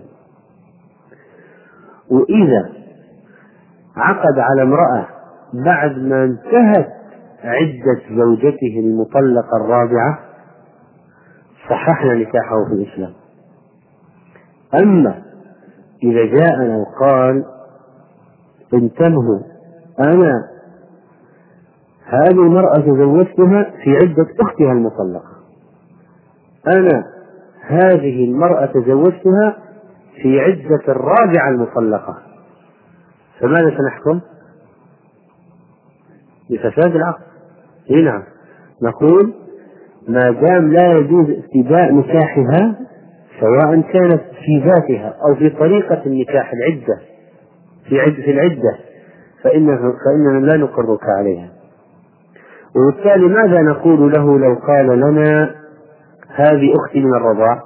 وإذا عقد على امرأة بعد ما انتهت عدة زوجته المطلقة الرابعة صححنا نكاحه في الإسلام. أما إذا جاءنا وقال انتبهوا أنا هذه المرأة تزوجتها في عدة أختها المطلقة، أنا هذه المرأة تزوجتها في عدة الرابعة المطلقة، فماذا سنحكم؟ بفساد العقد. هنا نقول ما دام لا يجوز ابتداء نكاحها سواء كانت في ذاتها أو في طريقة النكاح العدة في عدة في العدة فإنه فإننا لا نقرك عليها. وبالتالي ماذا نقول له لو قال لنا هذه أختي من الرضاع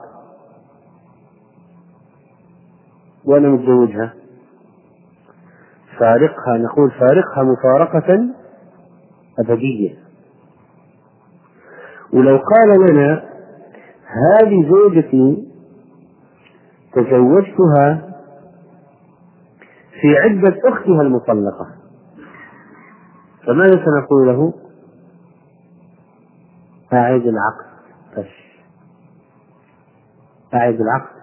وأنا متزوجها؟ فارقها، نقول فارقها مفارقة أبدية. ولو قال لنا هذه زوجتي تزوجتها في عدة أختها المطلقة، فماذا سنقول له؟ أعد العقد بس، أعد العقد.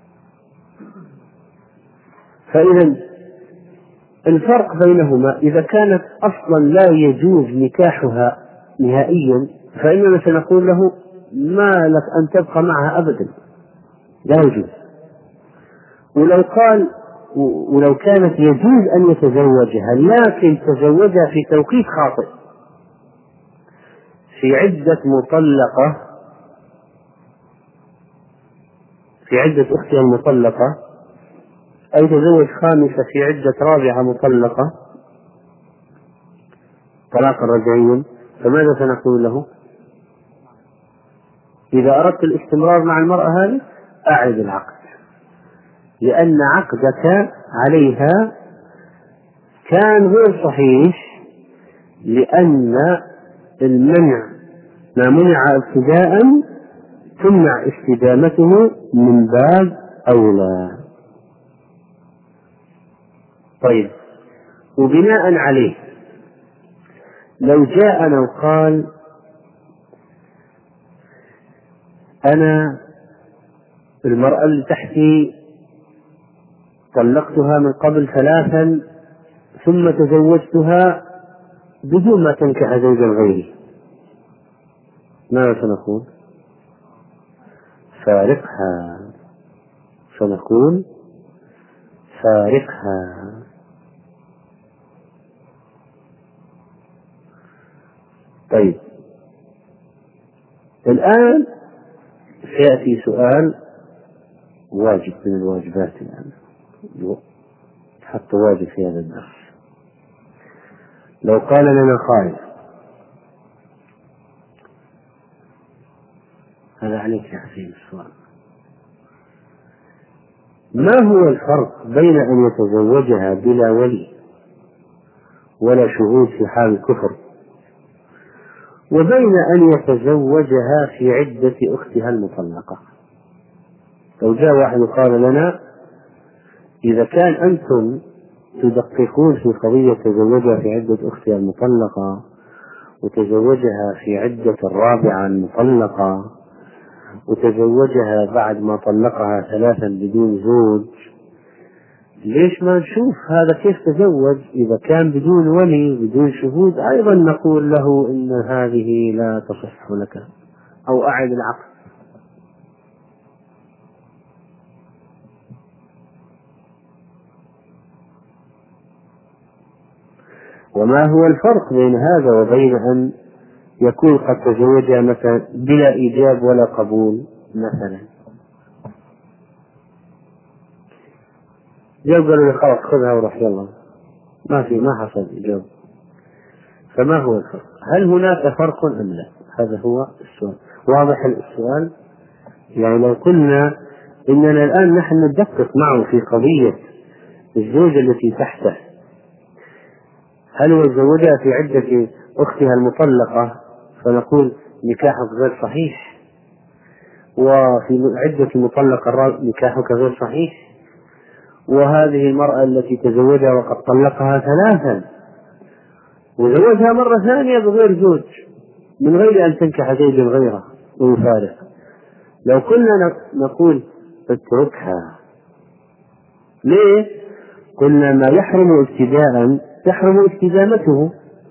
فإذا الفرق بينهما إذا كانت أصلا لا يجوز نكاحها نهائيا فإننا سنقول له ما لك أن تبقى معها أبدا، لا يجوز. ولو قال ولو كانت يجوز أن يتزوجها لكن تزوجها في توقيت خاطئ في عدة مطلقة في عدة أختها المطلقة أو تزوج خامسة في عدة رابعة مطلقة طلاقا رجعيا، فماذا سنقول له؟ إذا أردت الاستمرار مع المرأة هذه أعد العقد، لأن عقدك عليها كان غير صحيح، لأن المنع ما منع ابتداء تمنع استدامته من باب أولى. طيب، وبناء عليه لو جاءنا وقال أنا المرأة اللي تحتي طلقتها من قبل ثلاثا ثم تزوجتها بدون ما تنكح زوجا غيري، ماذا سنقول؟ فارقها، سنقول فارقها. طيب، الآن سيأتي سؤال واجب من الواجبات، يعني حتى واجب في هذا الدرس. لو قال لنا قائل هذا عليك يا حسين السؤال، ما هو الفرق بين أن يتزوجها بلا ولي ولا شهود في حال الكفر وبين أن يتزوجها في عدة أختها المطلقة؟ لو جاء واحد وقال لنا إذا كان أنتم تدققون في قضية تزوجها في عدة أختها المطلقة وتزوجها في عدة الرابعة المطلقة وتزوجها بعد ما طلقها ثلاثا بدون زوج، ليش ما نشوف هذا كيف تزوج إذا كان بدون ولي بدون شهود؟ أيضا نقول له إن هذه لا تصح لك أو أعد العقد. وما هو الفرق بين هذا وبين أن يكون قد تزوجها مثلا بلا إيجاب ولا قبول مثلا؟ جاء قالوا لي خلاص خذها وروح يلا، ما في ما حصل إجابة. فما هو الفرق؟ هل هناك فرق أم لا؟ هذا هو السؤال. واضح السؤال؟ يعني لو قلنا إننا الآن نحن ندقق معه في قضية الزوجة التي تحته، هل هو يزوجها في عدة أختها المطلقة فنقول نكاحك غير صحيح، وفي عدة المطلقة نكاحك غير صحيح، وهذه المرأة التي تزوجها وقد طلقها ثلاثا وزوجها مرة ثانية بغير زوج من غير أن تنكح زوجا غيره ويفارق، لو كنا نقول اتركها. ليه؟ قلنا ما يحرم ابتداء تحرم استدامته.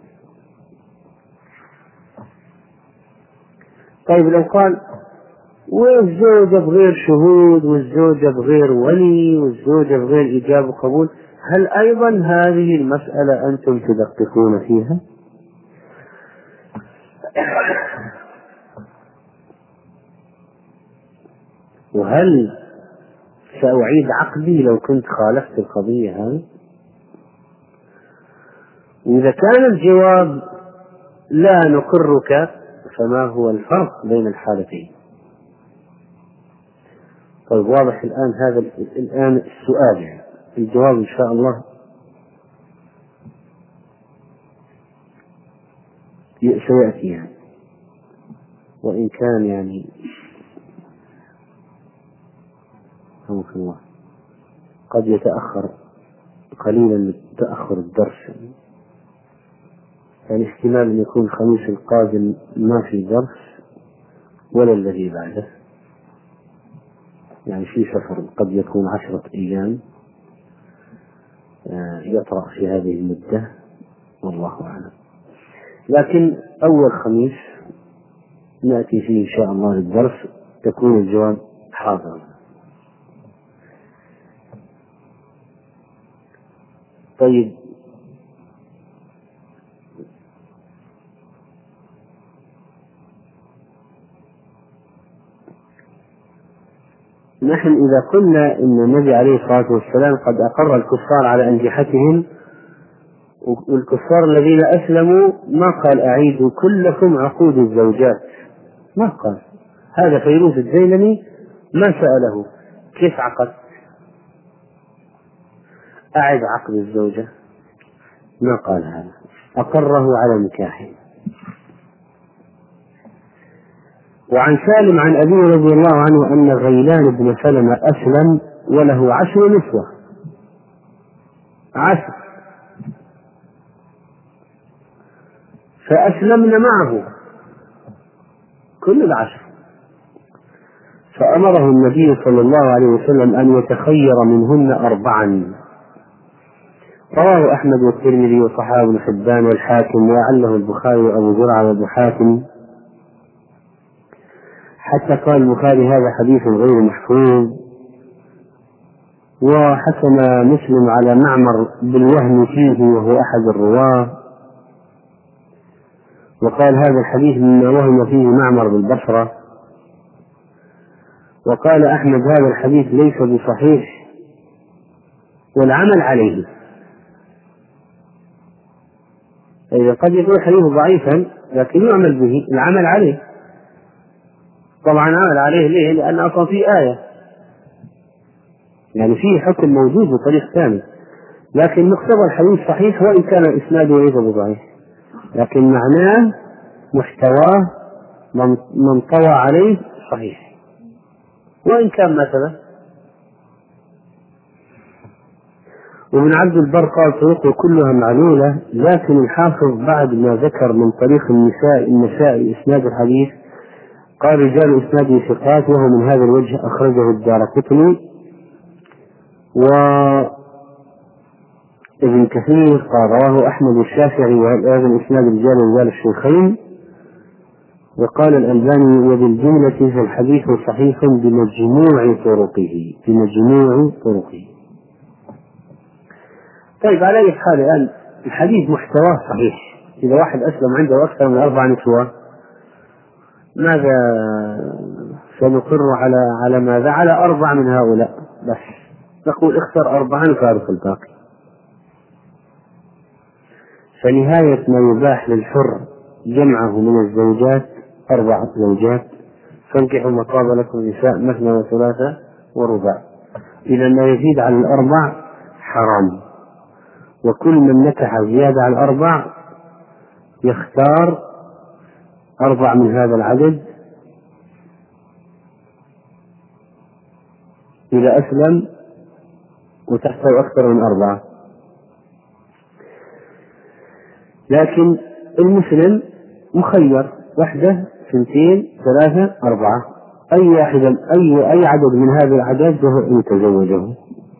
طيب لو قال والزوجة بغير شهود والزوجة بغير ولي والزوجة بغير إجابة وقبول، هل أيضا هذه المسألة أنتم تدققون فيها؟ وهل سأعيد عقدي لو كنت خالفت القضية هذه؟ إذا كان الجواب لا نقرك فما هو الفرق بين الحالتين؟ طيب واضح الآن هذا الآن السؤال، يعني الجواب إن شاء الله سيأتي يعني، وإن كان يعني رحمك الله قد يتأخر قليلا من تأخر الدرس، يعني احتمال أن يكون الخميس القادم ما في درس ولا الذي بعده، يعني في سفر قد يكون عشرة أيام يطرأ في هذه المدة والله أعلم، لكن أول خميس نأتي فيه إن شاء الله للدرس تكون الجواب حاضرا. طيب نحن إذا قلنا إن النبي عليه الصلاة والسلام قد أقر الكفار على أنجحتهم، والكفار الذين أسلموا ما قال أعيدوا كلكم عقود الزوجات، ما قال هذا. فيروز الديلمي ما سأله كيف عقد، أعد عقد الزوجة، ما قال هذا، أقره على نكاحه. وعن سالم عن أبي رضي الله عنه أن غيلان بن سلمة أسلم وله عشر نسوة، عشر، فأسلمن معه كل العشر، فأمره النبي صلى الله عليه وسلم أن يتخير منهن أربعا. رواه أحمد والترمذي وصححه ابن حبان والحاكم، وعله البخاري وأبو زرعة وأبو حاتم، حتى قال البخاري هذا حديث غير محفوظ. وحكم مسلم على معمر بالوهم فيه وهو أحد الرواة، وقال هذا الحديث مما وهم فيه معمر بالبصرة. وقال أحمد هذا الحديث ليس بصحيح والعمل عليه، إذا قد يكون الحديث ضعيفا لكن يعمل به، العمل عليه طبعا عمل عليه ليه؟ لأن أصلا في آية، يعني فيه حكم موجود بطريق ثاني، لكن مقتضى الحديث صحيح وإن كان إسناده ليس بضعيف، لكن معناه محتواه من طوى عليه صحيح وإن كان مثلا. وابن عبد البر قال طرقه كلها معلولة، لكن الحافظ بعد ما ذكر من طريق النساء النساء إسناد الحديث قال رجال إسناده ثقات، وهو من هذا الوجه أخرجه الدارقطني. وابن كثير قال رواه أحمد الشافعي وهذا إسناد رجال رجال الشيخين. وقال الألباني وبالجملة فالحديث صحيح بمجموع طرقه بمجموع طرقه. طيب على أي حال الآن الحديث محتواه صحيح، إذا واحد أسلم عنده أكثر من أربع نسوة ماذا سنقر على على ماذا؟ على أربع من هؤلاء بس، نقول اختر أربعا فارق الباقي. فنهاية ما يباح للحر جمعه من الزوجات أربع زوجات، فانكحوا ما طاب لكم النساء مثنى وثلاثة ورباع. إذا ما يزيد على الأربع حرام، وكل من نكح زيادة على الأربع يختار أربع من هذا العدد إذا أسلم وتحته أكثر من أربعة. لكن المسلم مخير، واحدة اثنتين ثلاثة أربعة، أي واحدة أي أي عدد من هذا العدد يتزوجه.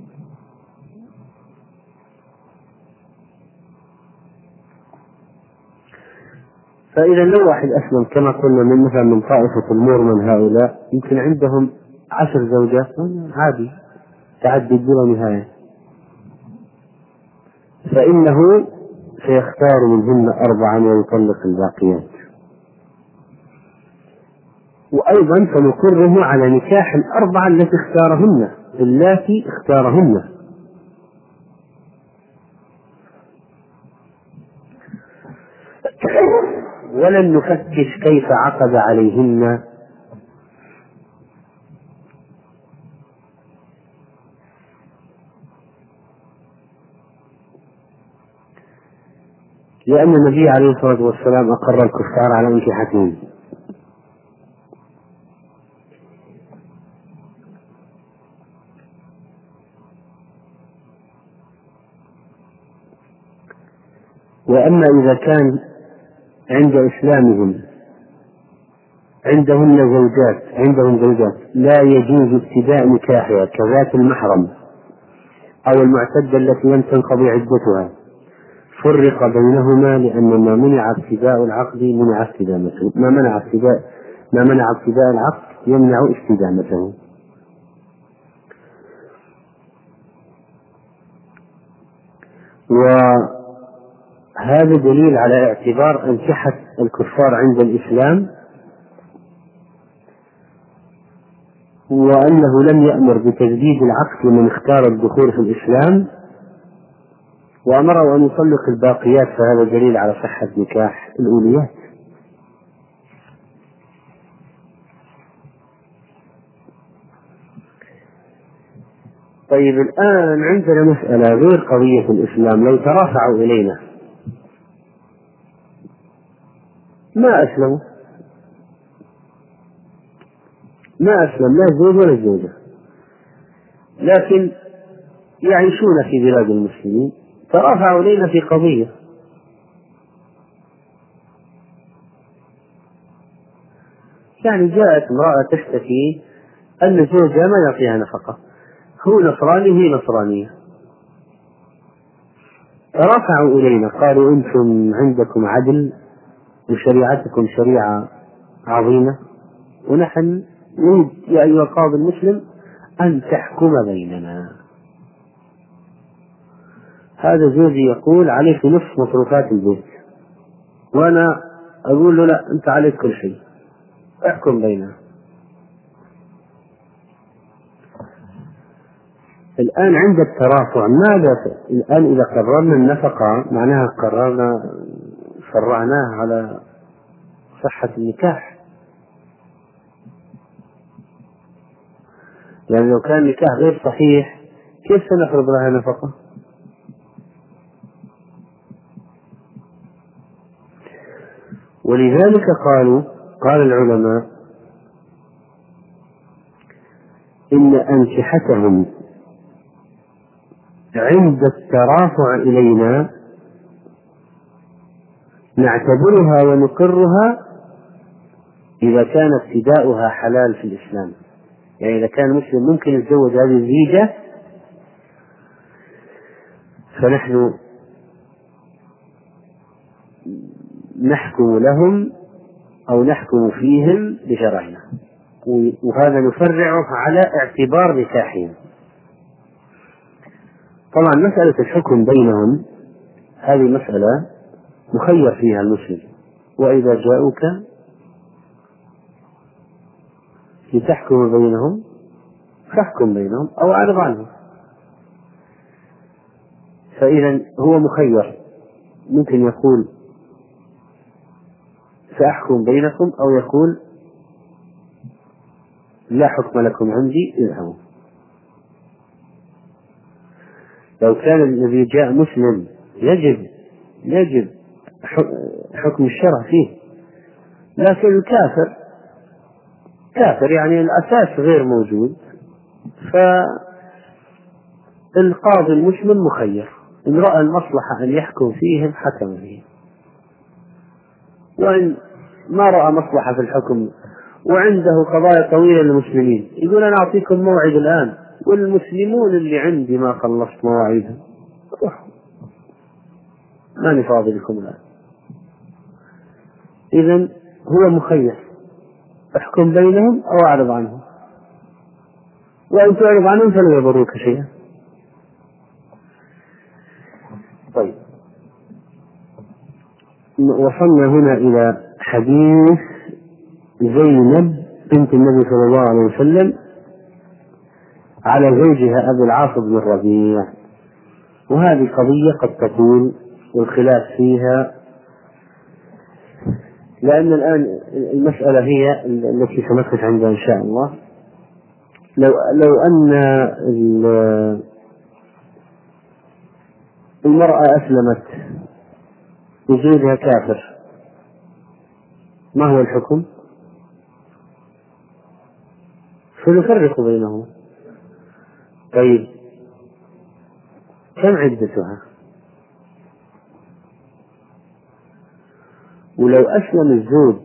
فإذا لو واحد أسلم كما قلنا من مثلا من طائفة المورمون هؤلاء يمكن عندهم عشر زوجات عادي تعدد بلا نهاية، فإنه سيختار منهن أربعا ويطلق الباقيات. وأيضا فنقره على نكاح الأربعة التي اختارهن اللاتي اختارهن. ولن نفتش كيف عقد عليهن، لأن النبي عليه الصلاة والسلام أقر الكفار على انكحتهم. وأما إذا كان عند إسلامهم عندهن زوجات عندهم زوجات لا يجوز ابتداء نكاحها كذات المحرم أو المعتدة التي لم تنقضي عدتها، فرق بينهما، لأن ما منع ابتداء العقد منع استدامته، ما منع ابتداء ما منع ابتداء العقد يمنع استدامته. وهذا دليل على اعتبار أنكحة الكفار عند الإسلام، وأنه لم يأمر بتجديد العقد لمن اختار الدخول في الإسلام، وأمره أن يطلق الباقيات، فهذا دليل على صحة نكاح الأوليات. طيب الآن عندنا مسألة غير قضية الإسلام. لو ترافعوا إلينا ما أسلموا ما أسلم لا الزوج ولا الزوجة، لكن يعيشون في بلاد المسلمين، ترافعوا إلينا في قضية، يعني جاءت امرأة تشتكي أن زوجها ما يعطيها نفقة، هو نصراني هي نصرانية، ترافعوا إلينا قالوا أنتم عندكم عدل وشريعتكم شريعة عظيمة، ونحن نريد يا أيها القاضي المسلم أن تحكم بيننا. هذا زوجي يقول عليك نصف مصروفات البيت، وأنا أقول له لا أنت عليك كل شيء، احكم بيننا. الآن عند الترافع ماذا؟ الآن إذا قررنا النفقة معناها قررنا شرعناها على صحة النكاح، يعني لو كان النكاح غير صحيح كيف سنفرض لها نفقة؟ ولذلك قالوا قال العلماء إن أنكحتهم عند الترافع إلينا نعتبرها ونقرها إذا كان ابتداؤها حلال في الإسلام، يعني إذا كان مسلم ممكن يتزوج هذه الزيجة فنحن نحكم لهم أو نحكم فيهم بشرعنا، وهذا نفرعه على اعتبار نكاحهم. طبعا مسألة الحكم بينهم هذه مسألة مخير فيها المسلم، وإذا جاءوك لتحكم بينهم فاحكم بينهم أو أعرض عنهم، فإذا هو مخير، ممكن يقول سأحكم بينكم أو يقول لا حكم لكم عندي اذهبوا. لو كان الذي جاء مسلم يجب يجب حكم الشرع فيه، لكن الكافر كافر يعني الأساس غير موجود، فالقاضي المسلم مخير، إن رأى المصلحة أن يحكم فيهم حكم فيه، وإن ما رأى مصلحة في الحكم وعنده قضايا طويلة للمسلمين يقول أنا أعطيكم موعد الآن والمسلمون اللي عندي ما خلصت مواعيدهم، ماني فاضي لكم الآن. إذن هو مخير، احكم بينهم أو أعرض عنهم، وإن تعرض عنهم فلا يضروك شيئا. طيب، وصلنا هنا إلى حديث زينب بنت النبي صلى الله عليه وسلم على زوجها أبي العاص بن الربيع، وهذه قضية قد تكون والخلاف فيها، لأن الآن المسألة هي التي سنقف عندها إن شاء الله. لو لو أن المرأة أسلمت وزوجها كافر، ما هو الحكم؟ فنفرق بينهم. طيب، كم عدتها؟ ولو أسلم الزوج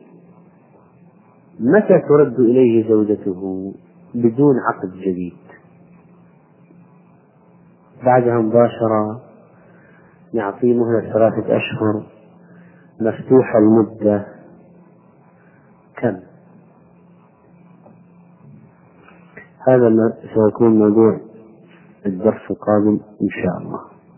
متى ترد إليه زوجته بدون عقد جديد؟ بعدها مباشرة، نعطيه مهلة ثلاثة أشهر، مفتوحة المدة، كم؟ هذا ما سيكون موضوع الدرس القادم إن شاء الله.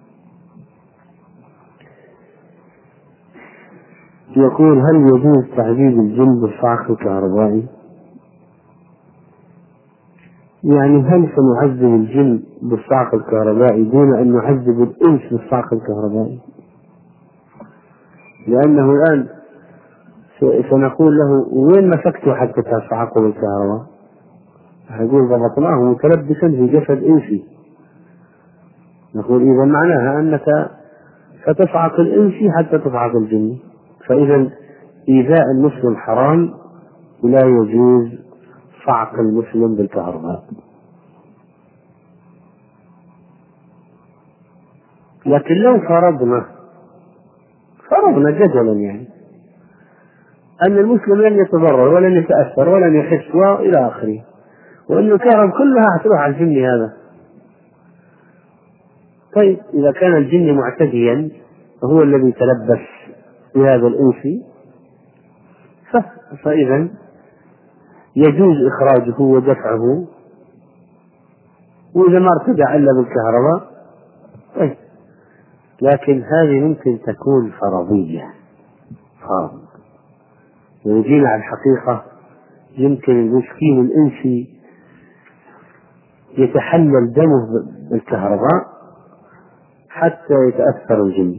يقول: هل يجوز تعذيب الجن بالصعق الكهربائي؟ يعني هل سنعذب الجن بالصعق الكهربائي دون أن نعذب الإنس بالصعق الكهربائي؟ لأنه الآن سنقول له: وين مسكته حتى تصعقه بالكهرباء؟ يقول: ضبطناه متلبسا في جسد إنسي. نقول: إذا معناها أنك ستصعق الإنسي حتى تصعق الجني، فإذا إيذاء المسلم حرام، ولا يجوز صعق المسلم بالكهرباء. لكن لو فرضنا فرضنا جدلا يعني أن المسلم لن يتضرر ولن يتأثر ولن يحس وإلى آخره، وأن الكهرباء كلها هتروح على الجن هذا، طيب إذا كان الجن معتديا هو الذي تلبس بهذا الإنسي فإذا يجوز إخراجه ودفعه، وإذا ما ارتدع إلا بالكهرباء طيب. لكن هذه ممكن تكون فرضية فرض، ويجينا على الحقيقة يمكن المسكين الإنسي يتحلل دمه بالكهرباء حتى يتأثر الجن.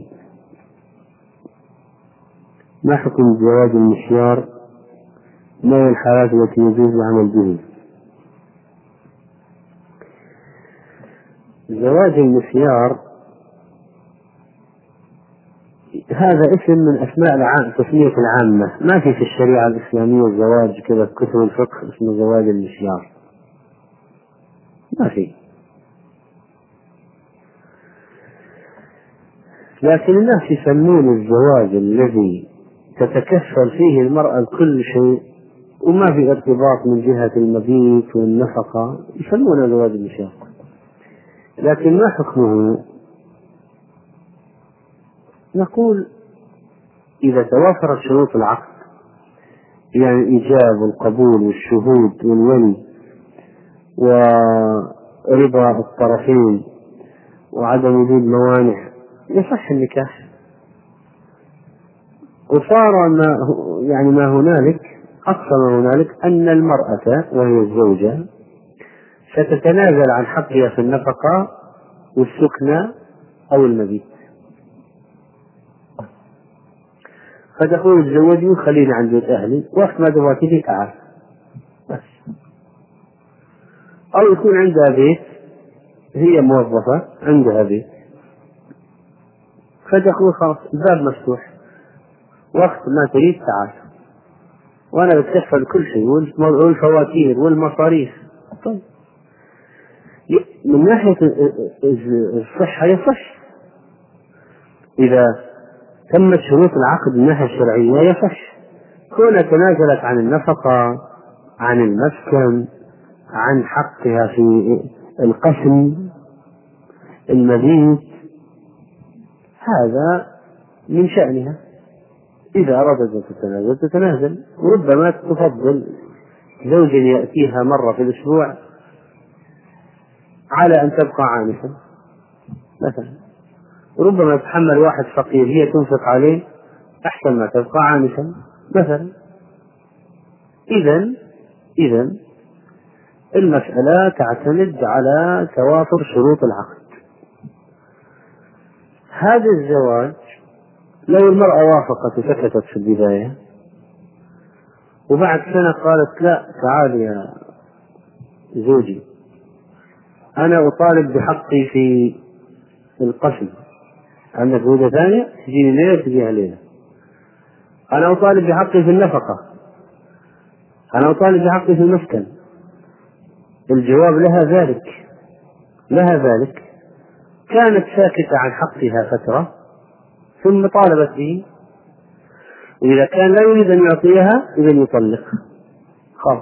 ما حكم زواج المشيار؟ ما هي الحالات التي يجوز العمل به؟ زواج المشيار هذا اسم من أسماء العام تسمية العامة، ما في في الشريعة الإسلامية الزواج كذا في كتب الفقه اسمه زواج المشيار، ما في. لكن الناس يسمون الزواج الذي تتكفل فيه المرأة بكل شيء وما في ارتباط من جهة المبيت والنفقة، يسمونه زواج المشيار. لكن ما حكمه؟ نقول: إذا توافرت شروط العقد، يعني الإيجاب والقبول والشهود والولي ورضا الطرفين وعدم وجود موانع، يصح النكاح. وصار ما يعني ما هنالك أقصى ما هنالك أن المرأة وهي الزوجة ستتنازل عن حقها في النفقة والسكنى أو المبيت، فتقول تزوجني خليني عند بيت أهلي، وقت ما تبغى تجي تعال بس. أو يكون عندها بيت، هي موظفة عندها بيت، فتقول خلاص الباب مفتوح، وقت ما تريد تعال وأنا بتكفل كل شيء والفواتير والمصاريف. طيب من ناحية الصحة يصح، إذا تمت شروط العقد من الناحية الشرعية يصح. كونها تنازلت عن النفقة، عن المسكن، عن حقها في القسم، المبيت، هذا من شأنها، إذا أرادت أن تتنازل تتنازل. وربما تفضل زوج يأتيها مرة في الأسبوع على أن تبقى عانسا مثلا، وربما يتحمل واحد فقير هي تنفق عليه أحسن ما تبقى عانسا مثلا. إذن إذن المسألة تعتمد على توافر شروط العقد. هذا الزواج لو المرأة وافقت وسكتت في البداية، وبعد سنة قالت لا تعال يا زوجي أنا أطالب بحقي في القسم، عندك زوجة ثانية تجيني ليلة تجيها ليلة، أنا أطالب بحقي في النفقة، أنا أطالب بحقي في المسكن، الجواب لها ذلك لها ذلك كانت ساكتة عن حقها فترة ثم طالبت به، وإذا كان لا يريد أن يعطيها إذن يطلق خلاص.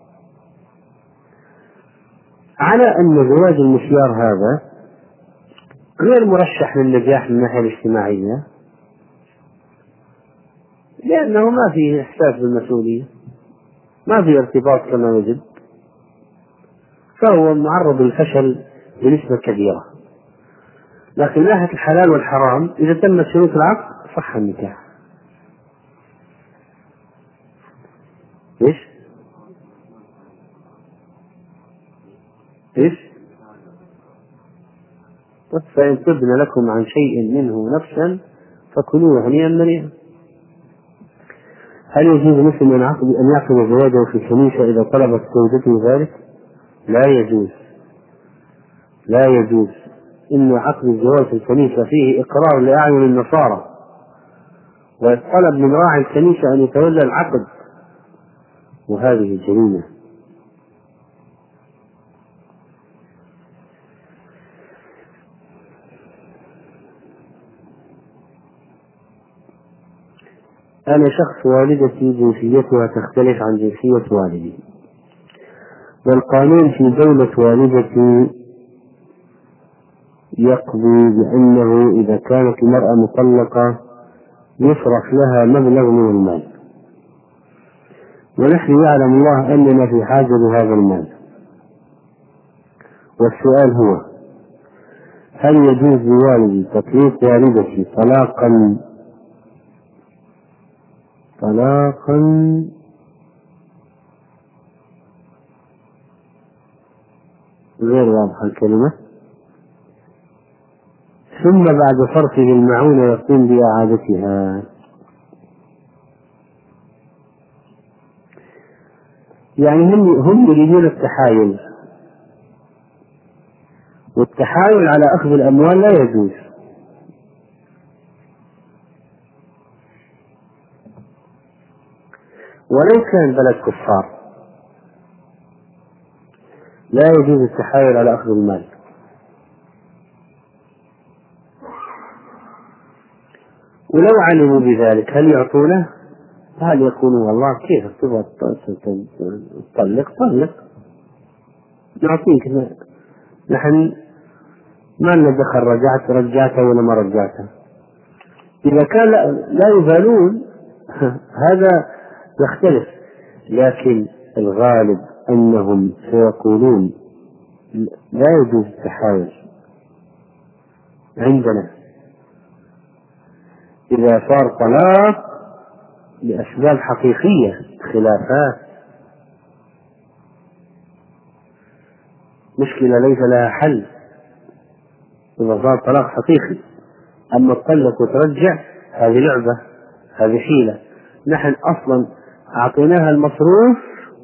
على أن زواج المشيار هذا غير مرشح للنجاح من الناحية الاجتماعية، لأنه ما فيه إحساس بالمسؤولية، ما فيه ارتباط كما يجب، فهو معرض للفشل بنسبة كبيرة. لكن من ناحية الحلال والحرام إذا تمت شروط العقد صح النكاح. إيش؟ إيش؟ فإن تبن لكم عن شيء منه نفسا فكلوه هنيئا مريئا. هل يجوز مسلم أن يعقد زواجه في كنيسة إذا طلبت زوجته ذلك؟ لا يجوز، لا يجوز. إن عقد الزواج في الكنيسة فيه إقرار لأعين النصارى، ويطلب من راعي الكنيسة أن يتولى العقد، وهذه جريمة. أنا شخص والدتي جنسيتها تختلف عن جنسية والدي، والقانون في دولة والدتي يقضي بأنه إذا كانت المرأة مطلقة يصرف لها مبلغ من المال، ونحن يعلم الله أننا في حاجة لهذا المال. والسؤال هو: هل يجوز لوالدي تطليق والدتي طلاقا طلاقا غير واضحة الكلمة، ثم بعد صرفه المعونة يقوم بإعادتها؟ يعني هم هم يريدون التحايل، والتحايل على أخذ الأموال لا يجوز. ولو كان بلد كفار لا يجوز التحايل على أخذ المال. ولو علموا بذلك هل يعطونه؟ هل يقولون والله كيف تبغى تطلق طلق نعطيك، نحن ما لنا دخل رجعت رجعتها ولا ما رجعتها. إذا كان لا, لا يبالون هذا يختلف، لكن الغالب أنهم سيقولون لا يجوز التحايل عندنا إذا صار طلاق لأسباب حقيقية، خلافات، مشكلة ليس لها حل، إذا صار طلاق حقيقي. أما تطلق وترجع هذه لعبة، هذه حيلة. نحن أصلا أعطيناها المصروف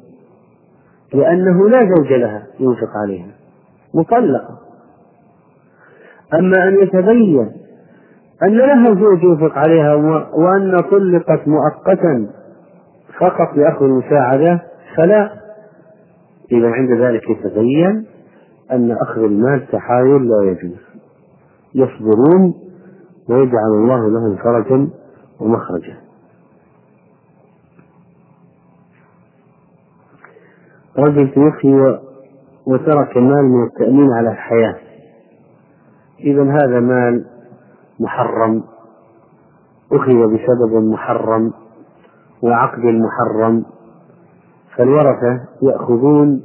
لأنه لا زوج لها ينفق عليها، مطلقة. أما أن يتبين أن لها زوج ينفق عليها وأن طلقت مؤقتا فقط لأخذ المساعدة فلا. إذا عند ذلك يتبين أن أخذ المال تحايل لا يجوز، يصبرون ويجعل الله لهم فرجا ومخرجا. رجل توفي وترك مال من التأمين على الحياة، إذا هذا مال محرم أخذ بسبب محرم وعقد محرم، فالورثة يأخذون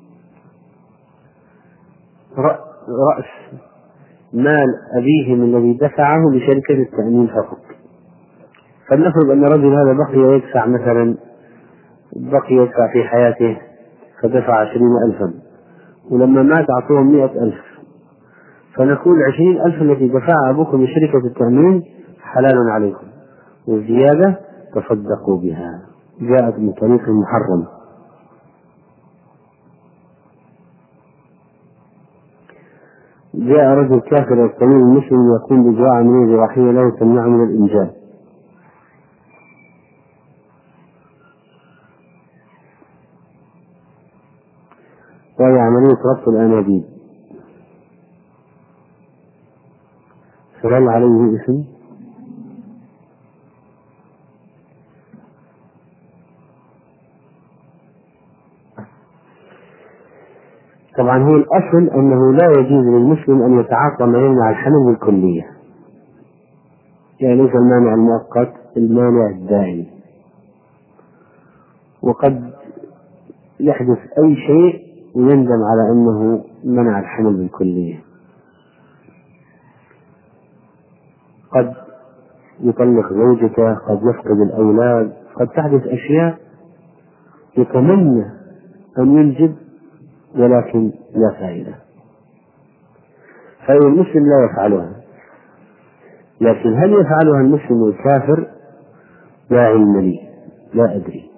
رأس مال أبيهم الذي دفعه لشركة التأمين فقط. فلنفرض أن الرجل هذا بقي يدفع مثلا بقي يدفع في حياته فدفع عشرين ألفا، ولما مات أعطوهم مئة ألف، فنقول عشرين ألف التي دفعها أبوكم لشركة التأمين حلال عليكم، والزيادة تصدقوا بها، جاءت من طريق محرم. جاء رجل كافر يستمر المسلم يقوم بدعاء عملية جراحية له تمنعه من الإنجاب، وهي عملية ربط الأنابيب، فهل عليه اسم؟ طبعا هو الأصل أنه لا يجوز للمسلم أن يتعاطى ما يمنع الحمل بالكلية، يعني ليس المانع المؤقت، المانع الدائم. وقد يحدث أي شيء ويندم على أنه منع الحمل بالكلية، قد يطلق زوجته، قد يفقد الأولاد، قد تحدث أشياء يتمنى أن ينجب ولكن لا فائدة، فإن المسلم لا يفعلها. لكن هل يفعلها المسلم الكافر؟ لا علم لي، لا أدري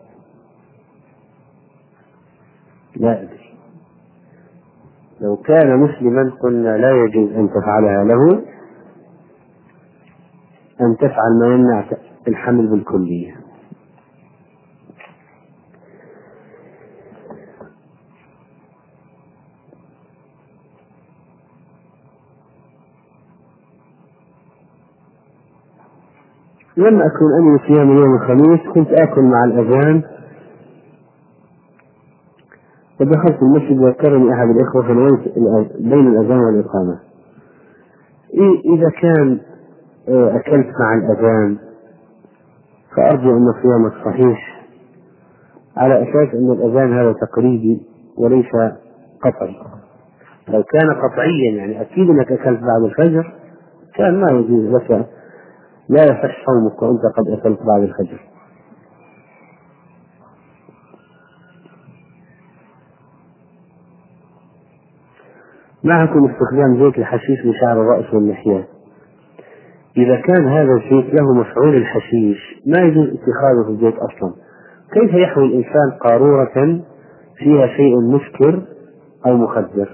لا أدري لو كان مسلما قلنا لا يجوز أن تفعلها له، أن تفعل ما يمنع الحمل بالكلية. لما أكون أمي صيام يوم الخميس كنت آكل مع الأذان، ودخلت المسجد وذكرني أحد الإخوة فنويت بين الأذان والإقامة. إذا كان أكلت مع الأذان فأرجو أن صيامك صحيح، على أساس أن الأذان هذا تقريبي وليس قطعي. لو كان قطعيا يعني أكيد أنك أكلت بعد الفجر كان ما يجوز لك، لا يصح صومك وأنت قد أكلت بعد الفجر. معكم استخدام زيت الحشيش لشعر الرأس واللحية. إذا كان هذا الزيت له مفعول الحشيش ما يجوز اتخاذه في الزيت أصلا. كيف يحوي الإنسان قارورة فيها شيء مسكر أو مخدر؟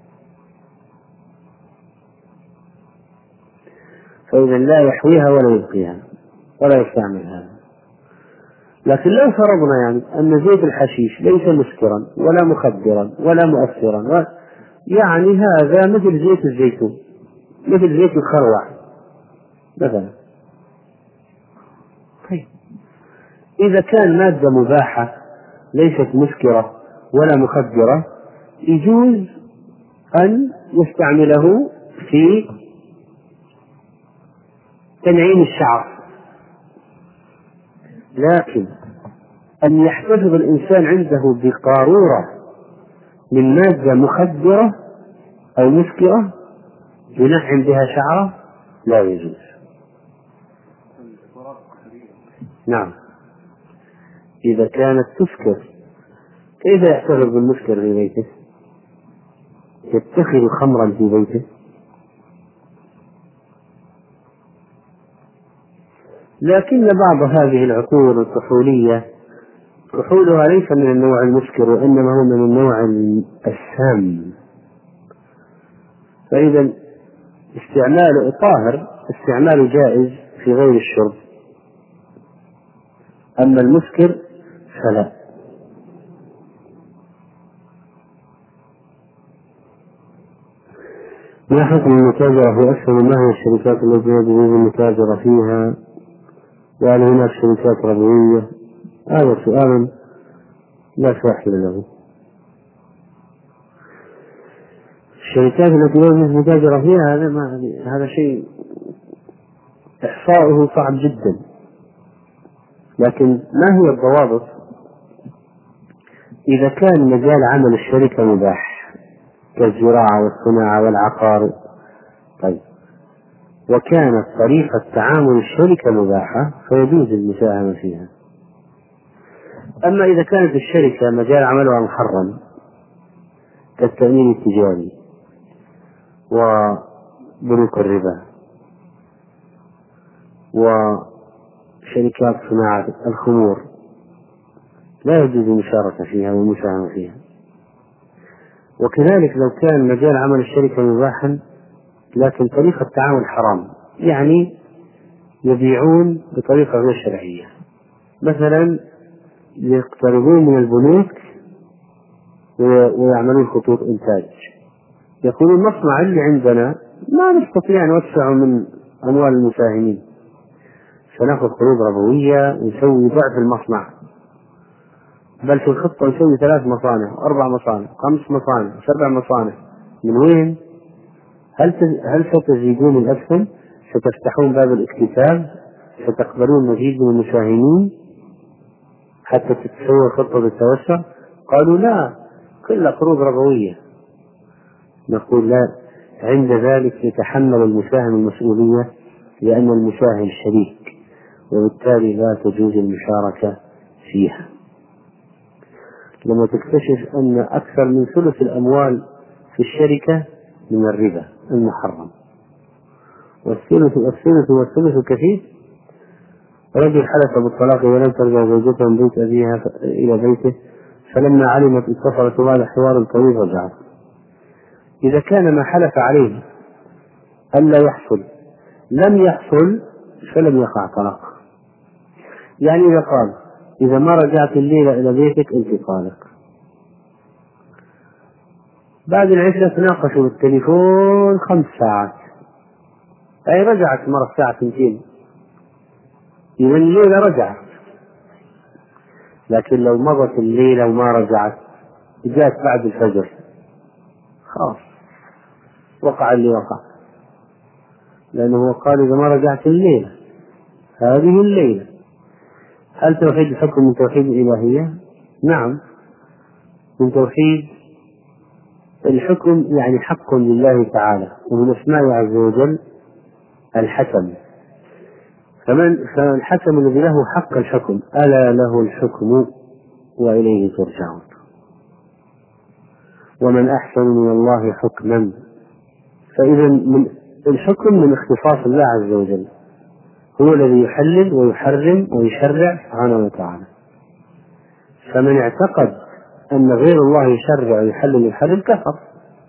فإذا لا يحويها ولا يبقيها ولا يستعمل هذا. لكن لو فرضنا يعني أن زيت الحشيش ليس مسكرا ولا مخدرا ولا مؤثرا، يعني هذا مثل زيت الزيتون، مثل زيت الخروع مثلا. طيب إذا كان مادة مباحة ليست مسكرة ولا مخدرة يجوز أن يستعمله في تنعيم الشعر، لكن أن يحتفظ الإنسان عنده بقارورة من مادة مخدرة أو مسكرة ينعم بها شعره لا يجوز. نعم، إذا كانت تسكر كيف يحتفظ بالمسكر في بيته؟ يتخذ خمرا في بيته؟ لكن بعض هذه العقول الكحولية كحولها ليس من النوع المسكر، وإنما هو من النوع السام. فإذا استعمال طاهر، استعمال جائز في غير الشرب، أما المسكر فلا. ما حكم المتاجرة في أسهم؟ ما هي الشركات التي يجوز المتاجرة فيها؟ وهل هناك شركات ربوية؟ هذا سؤال لا ساحل له. الشركات التي يجوز المتاجرة فيها هذا ما هذا شيء إحصاؤه صعب جدا، لكن ما هي الضوابط؟ إذا كان مجال عمل الشركة مباح كالزراعة والصناعة والعقار، طيب، وكانت طريقة تعامل الشركة مباحة فيجوز المساهمة فيها. أما إذا كانت الشركة مجال عملها محرم كالتأمين التجاري وبنوك الربا وشركات صناعة الخمور، لا يجوز المشاركة فيها والمساهمة فيها. وكذلك لو كان مجال عمل الشركة مباحا لكن طريقة التعامل حرام، يعني يبيعون بطريقة غير شرعية، مثلا يقترضون من البنوك ويعملون خطوط إنتاج، يقولون المصنع اللي عندنا ما نستطيع أن نوسع من أموال المساهمين، سنأخذ قروض ربوية ونسوي ضعف المصنع، بل في الخطة نسوي ثلاث مصانع، أربع مصانع، خمس مصانع، سبع مصانع. من وين؟ هل هل ستزيدون الأسهم؟ ستفتحون باب الاكتتاب؟ ستقبلون مزيد من المساهمين حتى تتسوى خطة التوسع؟ قالوا لا، كلها قروض ربوية. نقول لا، عند ذلك يتحمل المساهم المسؤولية، لأن المساهم شريك، وبالتالي لا تجوز المشاركة فيها. لما تكتشف أن أكثر من ثلث الأموال في الشركة من الربا المحرم، والثلث والثلث والثلث كثير. رجل حلف بالطلاق ولم ترجع زوجته من بيت أبيها إلى بيته، فلما علمت اتصلت وهذا حوار طويل رجعت. إذا كان ما حلف عليه ألا يحصل لم يحصل فلم يقع طلاق. يعني إذا قال إذا ما رجعت الليلة إلى بيتك أنت طالق، بعد العشرة تناقشوا بالتليفون خمس ساعات، أي رجعت مرة الساعة ثنتين، إذا الليلة رجعت. لكن لو مضت الليلة وما رجعت جاءت بعد الفجر، خلاص وقع اللي وقع، لأنه قال إذا ما رجعت الليلة هذه الليلة. هل توحيد الحكم من توحيد الإلهية؟ نعم، من توحيد الحكم، يعني حق لله تعالى، ومن اسماء عز وجل الحكم. فمن فالحكم الذي له حق الحكم، ألا له الحكم وإليه ترجعون. ومن أحسن من الله حكما. فإذا من الحكم من اختصاص الله عز وجل، هو الذي يحلل ويحرم ويشرع سبحانه وتعالى. فمن اعتقد أن غير الله يشرع ويحلل ويحرم كفر،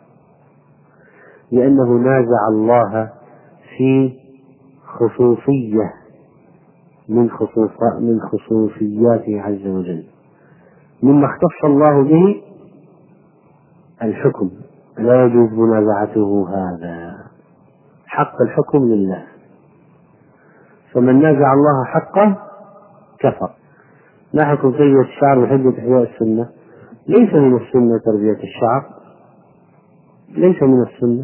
لأنه نازع الله في خصوصية من خصوص من خصوصياته عز وجل. مما اختص الله به الحكم لا يجوز منازعته، هذا حق الحكم لله. فمن نازع الله حقه كفر. ما حكم تربية الشعر وحجة إحياء السنة؟ ليس من السنة تربية الشعر، ليس من السنة.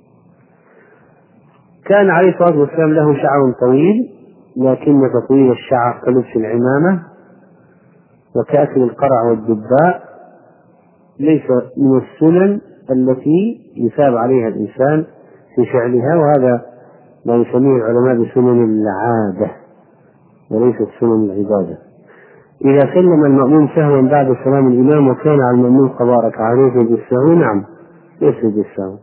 كان عليه الصلاة والسلام له شعر طويل، لكن تطويل الشعر كلبس العمامة وكأكل القرع والدباء ليس من السنن التي يثاب عليها الإنسان في فعلها، وهذا ما يسميه العلماء بسنن العادة وليست سنن العبادة. إذا سلم المأموم سهوا بعد سلام الإمام وكان على المأموم قضاء ركعتين بالسهو، نعم يسجد السهو.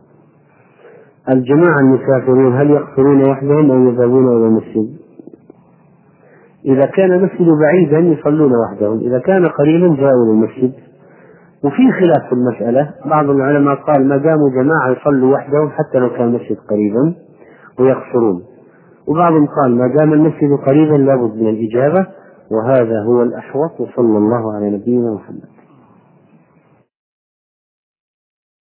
الجماعة المسافرون هل يقصرون وحدهم أو يذهبون إلى المسجد؟ إذا كان المسجد بعيدا يصلون وحدهم، إذا كان قريبا جاءوا للمسجد. وفي خلاف في المسألة، بعض العلماء قال ما داموا جماعة يصلوا وحدهم حتى لو كان المسجد قريبا ويقصرون، وبعضهم قال ما دام المسجد قريبا لابد من الإجابة، وهذا هو الأحوط. وصلى الله على نبينا محمد.